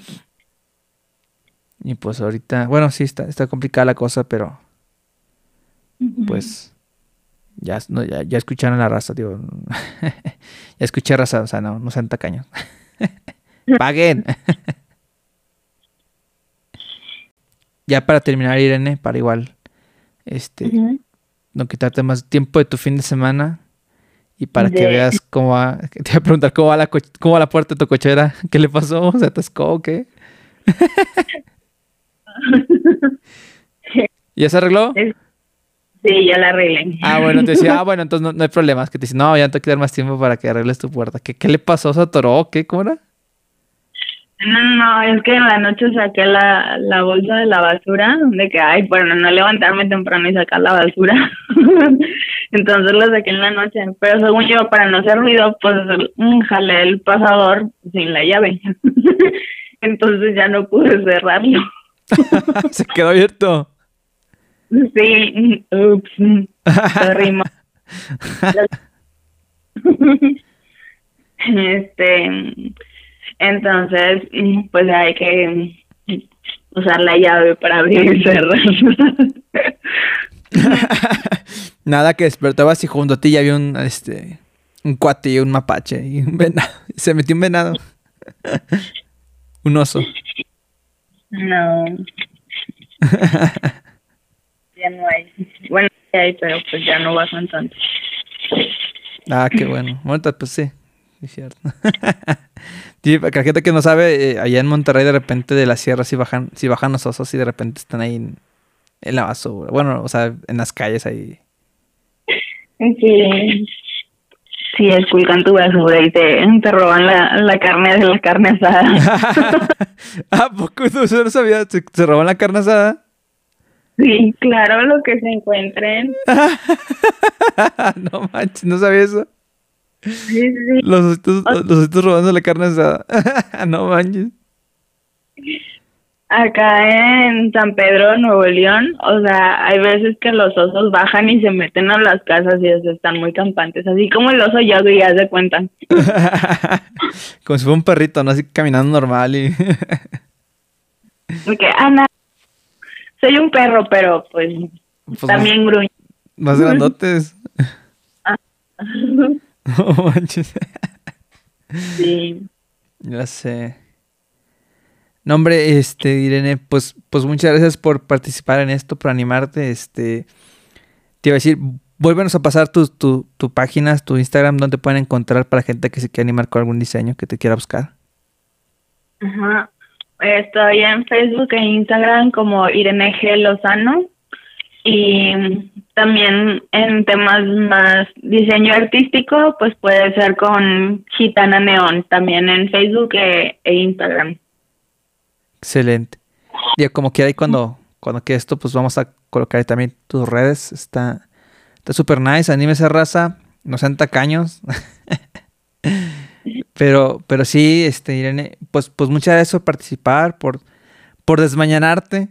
Speaker 1: Y pues ahorita, bueno, sí, está, está complicada la cosa, pero
Speaker 2: Ujú.
Speaker 1: pues ya, no, ya, ya escucharon la raza, digo. Ya escuché raza, o sea, no, no sean tacaños. ¡Paguen! Ya para terminar, Irene, para igual, este,
Speaker 2: Ujú.
Speaker 1: no quitarte más tiempo de tu fin de semana. Y para que
Speaker 2: De-
Speaker 1: veas cómo va, te voy a preguntar cómo va la, co- cómo va la puerta de tu cochera. ¿Qué le pasó? ¿Se atascó o qué? ¿Ya se arregló?
Speaker 2: es- sí, ya la arreglé.
Speaker 1: Ah, bueno, te decía, ah, bueno, entonces no, no hay problema. Es que te dice, no, ya no te que dar más tiempo para que arregles tu puerta. ¿Qué, qué le pasó? ¿Se atoró o qué? ¿Cómo era?
Speaker 2: No, no, es que en la noche saqué la, la bolsa de la basura, de que, ay, bueno, no levantarme temprano y sacar la basura. Entonces la saqué en la noche, pero según yo, para no hacer ruido, pues mm, jalé el pasador sin la llave. Entonces ya no pude cerrarlo.
Speaker 1: Se quedó abierto.
Speaker 2: Sí, ups, sorry, ma. Este, entonces, mm, pues hay que mm, usar la llave para abrir y cerrar.
Speaker 1: Nada, que despertabas y junto a ti ya había un, este, un cuate, un mapache y un venado. Se metió un venado. Un oso.
Speaker 2: No, ya no hay. Bueno, sí hay, pero pues ya no bajan tanto.
Speaker 1: Ah, qué bueno. Ahorita, pues sí. Sí, es cierto. Sí, para la gente que no sabe, eh, allá en Monterrey de repente de la sierra sí bajan, sí bajan los osos y de repente están ahí en, en la basura. Bueno, o sea, en las calles ahí.
Speaker 2: Sí, sí, esculcan tu basura y te, te roban la, la carne de la carne asada.
Speaker 1: ¿A poco tú eso no sabías? ¿Se, se roban la carne asada?
Speaker 2: Sí, claro, lo que se encuentren.
Speaker 1: No manches, no sabía eso.
Speaker 2: Sí, sí.
Speaker 1: Los ositos, los ositos robando la carne asada. No manches.
Speaker 2: Acá en San Pedro, Nuevo León, o sea, hay veces que los osos bajan y se meten a las casas y eso, están muy campantes, así como el oso Yago y ya se cuentan.
Speaker 1: Como si fuera un perrito, ¿no? Así caminando normal y...
Speaker 2: Porque, Ana, soy un perro, pero pues,
Speaker 1: Pues
Speaker 2: también gruño.
Speaker 1: más grandotes. No manches.
Speaker 2: Sí.
Speaker 1: Ya sé. No, hombre, este, Irene, pues, pues muchas gracias por participar en esto, por animarte. Este, te iba a decir, vuélvenos a pasar tu, tu, tu páginas, tu Instagram, donde te pueden encontrar para gente que se quiera animar con algún diseño que te quiera buscar.
Speaker 2: Ajá. Estoy en Facebook e Instagram como Irene G. Lozano y también en temas más diseño artístico, pues puede ser con Gitana Neón, también en Facebook e, e Instagram.
Speaker 1: Excelente. Y como quiera, y cuando, cuando quede esto, pues vamos a colocar ahí también tus redes. Está está súper nice. Anímese, raza. No sean tacaños. Pero, pero sí, este, Irene, pues, pues muchas gracias por participar, por, por desmañanarte.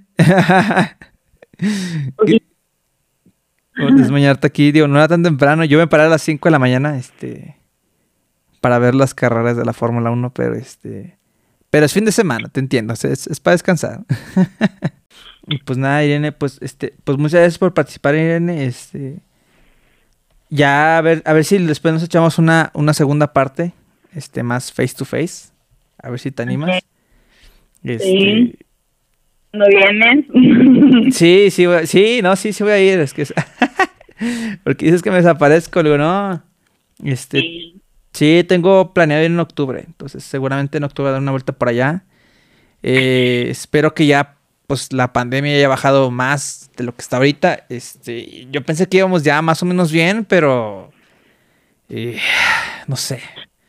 Speaker 2: Ok.
Speaker 1: Por desmañanarte aquí. Digo, no era tan temprano. Yo me paré a las cinco de la mañana, este, para ver las carreras de la Fórmula uno, pero este... Pero es fin de semana, te entiendo. o sea, es, es para descansar. Y pues nada, Irene, pues este, pues muchas gracias por participar, Irene. Este, ya a ver, a ver si después nos echamos una, una segunda parte, este, más face to face. A ver si te animas. Este,
Speaker 2: Sí. ¿No vienes?
Speaker 1: sí, sí, voy- sí, no, sí, sí voy a ir. Es que es- porque dices que me desaparezco, le digo, no. Este,
Speaker 2: Sí.
Speaker 1: sí, tengo planeado ir en octubre, entonces seguramente en octubre dar una vuelta por allá. Eh, espero que ya, pues, la pandemia haya bajado más de lo que está ahorita. Este, yo pensé que íbamos ya más o menos bien, pero eh, no sé.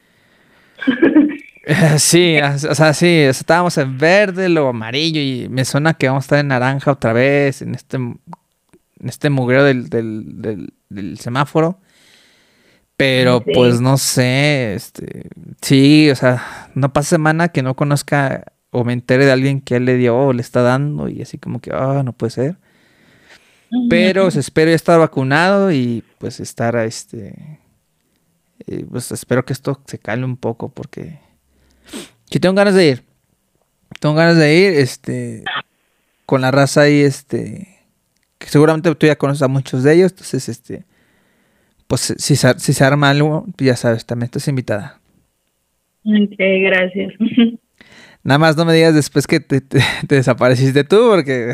Speaker 1: Eh, Sí, o o sea, sí, o sea, estábamos en verde, luego amarillo y me suena que vamos a estar en naranja otra vez, en este, en este mugreo del, del, del, del semáforo. Pero
Speaker 2: Sí.
Speaker 1: pues no sé, este, sí, o sea, no pasa semana que no conozca o me entere de alguien que él le dio o le está dando y así como que, ah, no puede ser. Pero pues, espero ya estar vacunado y pues estar, este, eh, pues espero que esto se calme un poco porque sí tengo ganas de ir, tengo ganas de ir, este, con la raza ahí, este, que seguramente tú ya conoces a muchos de ellos, entonces, este, pues si se, si se arma algo, ya sabes, también estás invitada.
Speaker 2: Ok, gracias.
Speaker 1: Nada más no me digas después que te, te- te desapareciste tú, porque...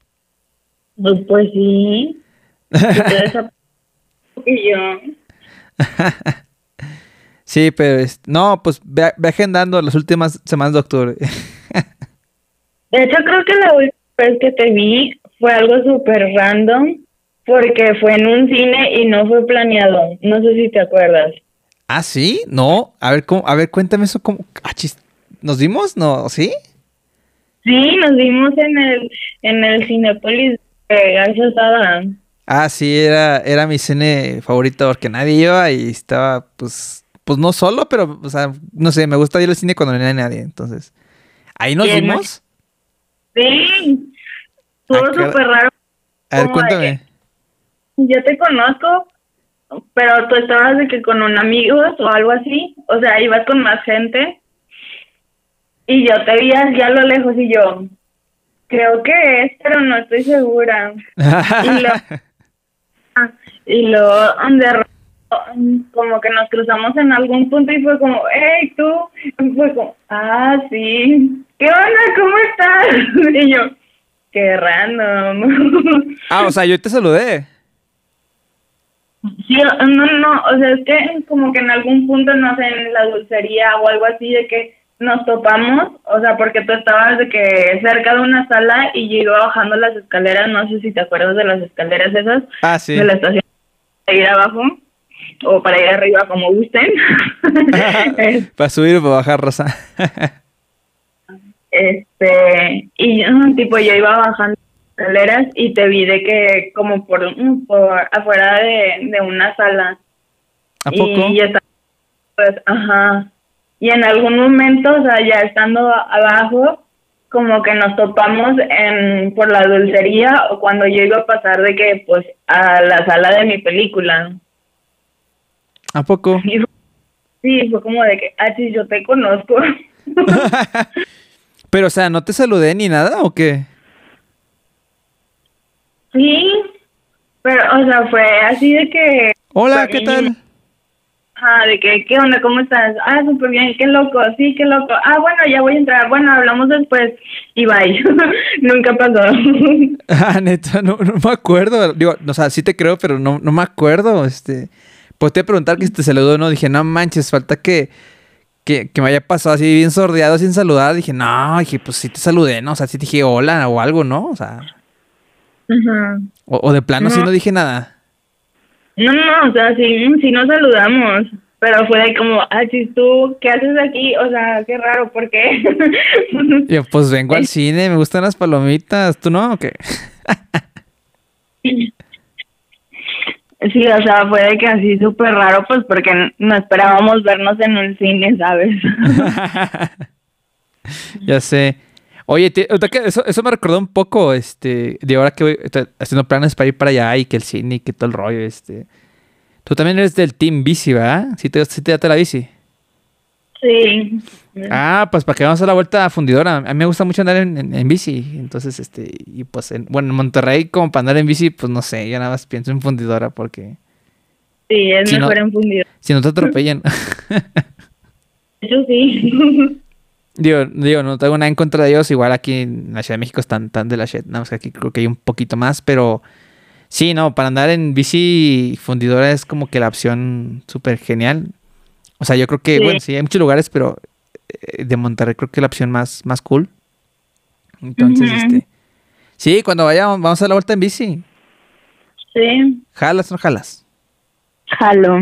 Speaker 2: Pues, pues sí. Si te desapareces y yo.
Speaker 1: Sí, pero es- no, pues ve, ve agendando las últimas semanas de octubre.
Speaker 2: De hecho, creo que la última vez que te vi fue algo súper random porque fue en un cine y no fue planeado. No sé si te acuerdas.
Speaker 1: ¿Ah, sí? No. A ver, ¿cómo? A ver, cuéntame eso. ¿Cómo? Ah, chis- ¿Nos vimos? ¿No? ¿Sí?
Speaker 2: Sí, nos vimos en el en el Cinépolis de Garza Sada.
Speaker 1: Ah, sí, era, era mi cine favorito porque nadie iba y estaba, pues, pues no solo, pero, o sea, no sé, me gusta ir al cine cuando no hay nadie. Entonces, ¿ahí nos
Speaker 2: Bien,
Speaker 1: vimos?
Speaker 2: sí,
Speaker 1: Ah,
Speaker 2: estuvo
Speaker 1: cara-
Speaker 2: súper raro.
Speaker 1: A ver,
Speaker 2: Como de
Speaker 1: cuéntame.
Speaker 2: que yo te conozco, pero tú estabas de que con un amigo o algo así. O sea, ibas con más gente y yo te vi así a lo lejos y yo, creo que es, pero no estoy segura. Y lo, y luego de repente, como que nos cruzamos en algún punto y fue como, hey, tú, y fue como, ah, sí, ¿qué onda? ¿Cómo estás? Y yo, qué random.
Speaker 1: Ah, o sea, yo te saludé.
Speaker 2: Sí, no, no, o sea, es que como que en algún punto, no sé, en la dulcería o algo así, de que nos topamos, o sea, porque tú estabas de que cerca de una sala y yo iba bajando las escaleras, no sé si te acuerdas de las escaleras esas,
Speaker 1: Ah,
Speaker 2: de
Speaker 1: sí.
Speaker 2: la estación para ir abajo o para ir arriba, como gusten. Es-
Speaker 1: Para subir o para bajar, Rosa.
Speaker 2: este, y yo, tipo, yo iba bajando las escaleras y te vi de que como por, un- por afuera de, de una sala.
Speaker 1: ¿A poco?
Speaker 2: Y yo estaba, pues, ajá. Y en algún momento, o sea, ya estando a- abajo, como que nos topamos en por la dulcería o cuando yo iba a pasar de que, pues, a la sala de mi película.
Speaker 1: ¿A poco?
Speaker 2: Y fue- sí, fue como de que, ah, sí, yo te conozco.
Speaker 1: Pero, o sea, ¿no te saludé ni nada o qué?
Speaker 2: Sí, pero, o sea, fue así de que,
Speaker 1: Hola, ¿qué tal?
Speaker 2: ajá, de que, ¿qué onda? ¿Cómo estás? Ah, súper bien, qué loco, sí, qué loco. Ah, bueno, ya voy a entrar, bueno, hablamos después y bye. Nunca pasó.
Speaker 1: Ah, neta, no, no me acuerdo. Digo, o sea, sí te creo, pero no, no me acuerdo. Este, pues te iba a preguntar que si te saludó o no. Dije, no manches, falta que, que, que me haya pasado así bien sordeado sin saludar. Dije, no, dije, pues sí te saludé, ¿no? O sea, sí te dije hola o algo, ¿no? O sea,
Speaker 2: Ajá.
Speaker 1: o, o de plano sí
Speaker 2: No,
Speaker 1: no dije nada.
Speaker 2: no, no, o sea, sí, sí nos saludamos, pero fue de como, ah, sí, tú, ¿qué haces aquí? O sea, qué raro, ¿por qué?
Speaker 1: Y yo, pues vengo al cine, me gustan las palomitas. ¿Tú no o qué?
Speaker 2: Sí, o sea, fue de que así súper raro, pues porque no esperábamos vernos en un cine, ¿sabes?
Speaker 1: Ya sé. Oye, te- ahorita que eso, eso me recordó un poco, este, de ahora que voy estoy haciendo planes para ir para allá y que el cine y que todo el rollo, este. Tú también eres del Team Bici, ¿verdad? Sí te, sí te date la bici.
Speaker 2: Sí.
Speaker 1: Ah, pues para que vamos a dar la vuelta a Fundidora. A mí me gusta mucho andar en, en- en bici. Entonces, este, y pues, en- bueno, en Monterrey, como para andar en bici, pues no sé, yo nada más pienso en Fundidora porque
Speaker 2: Sí, es
Speaker 1: si no,
Speaker 2: mejor en fundido.
Speaker 1: si no te atropellan.
Speaker 2: De hecho, sí.
Speaker 1: Digo, digo, no tengo nada en contra de ellos. Igual aquí en la Ciudad de México están tan de la shit. Nada más que aquí creo que hay un poquito más, pero sí, no, para andar en bici fundidora es como que la opción súper genial. O sea, yo creo que, bueno,
Speaker 2: Sí.
Speaker 1: sí, hay muchos lugares, pero eh, de Monterrey creo que es la opción más, más cool. Entonces,
Speaker 2: Ujú.
Speaker 1: este, sí, cuando vayamos, vamos a dar la vuelta en bici.
Speaker 2: Sí.
Speaker 1: ¿Jalas o no jalas?
Speaker 2: Jalo.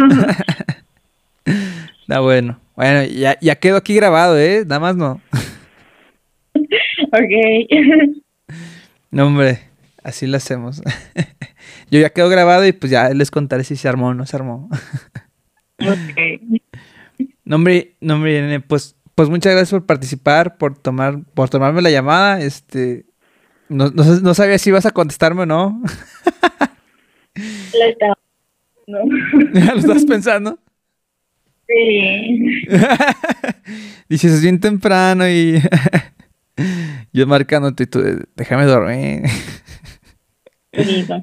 Speaker 1: Está bueno. Bueno, ya, ya quedó aquí grabado, ¿eh? Nada más no.
Speaker 2: Ok.
Speaker 1: No, hombre, así lo hacemos. Yo ya quedó grabado y pues ya les contaré si se armó o no se armó.
Speaker 2: Ok.
Speaker 1: No, hombre, no, hombre, Irene, pues, pues muchas gracias por participar, por tomar, por tomarme la llamada. Este, no, no, no sabía si ibas a contestarme o no.
Speaker 2: Lo estaba. ¿No?
Speaker 1: ¿Ya lo estás pensando?
Speaker 2: Sí.
Speaker 1: Dices, es bien temprano y yo marcándote y tú, déjame dormir.
Speaker 2: Bonito.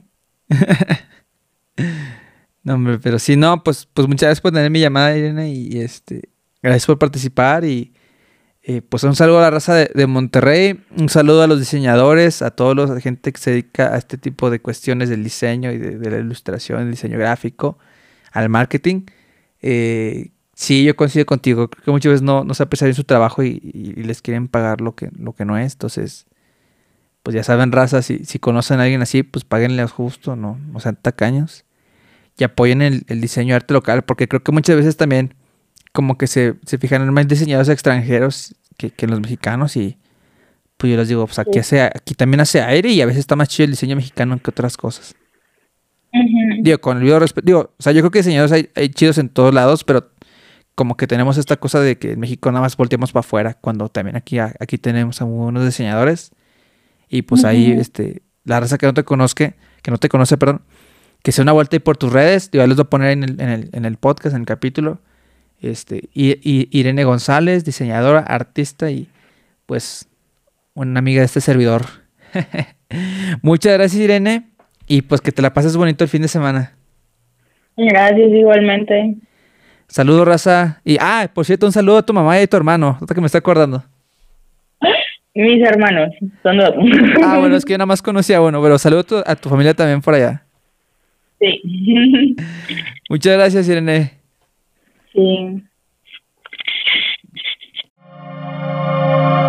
Speaker 1: No, hombre, pero sí, no, pues, pues muchas gracias por tener mi llamada, Irene, y este, gracias por participar y eh, pues un saludo a la raza de, de Monterrey, un saludo a los diseñadores, a todos los a la gente que se dedica a este tipo de cuestiones del diseño y de, de la ilustración, el diseño gráfico, al marketing. Eh, sí, yo coincido contigo. Creo que muchas veces no, no se aprecia bien su trabajo y, y- y les quieren pagar lo que, lo que no es. Entonces, pues ya saben, raza, si, si conocen a alguien así, pues páguenle justo, no, no sean tacaños. Y apoyen el, el diseño de arte local, porque creo que muchas veces también como que se, se fijan en más diseñadores extranjeros que, que en los mexicanos y pues yo les digo, pues aquí,
Speaker 2: Sí.
Speaker 1: hace, aquí también hace aire y a veces está más chido el diseño mexicano que otras cosas.
Speaker 2: Ujú.
Speaker 1: Digo, con el video respeto, digo, o sea, yo creo que diseñadores hay, hay chidos en todos lados, pero como que tenemos esta cosa de que en México nada más volteamos para afuera, cuando también aquí, aquí tenemos a unos diseñadores y pues ahí,
Speaker 2: Ujú.
Speaker 1: este, la raza que no te conozca, que no te conoce, perdón, que sea una vuelta ahí por tus redes, yo les voy a poner en el, en el, en el podcast, en el capítulo, este, y, y- Irene González, diseñadora, artista y pues una amiga de este servidor. Muchas gracias, Irene, y pues que te la pases bonito el fin de semana.
Speaker 2: Gracias, igualmente.
Speaker 1: Saludos, raza. Y, ah, por cierto, un saludo a tu mamá y a tu hermano, hasta que me está acordando.
Speaker 2: Mis hermanos, son dos.
Speaker 1: Ah, bueno, es que yo nada más conocía a uno, pero saludo a tu, a tu familia también por allá.
Speaker 2: Sí.
Speaker 1: Muchas gracias, Irene.
Speaker 2: Sí.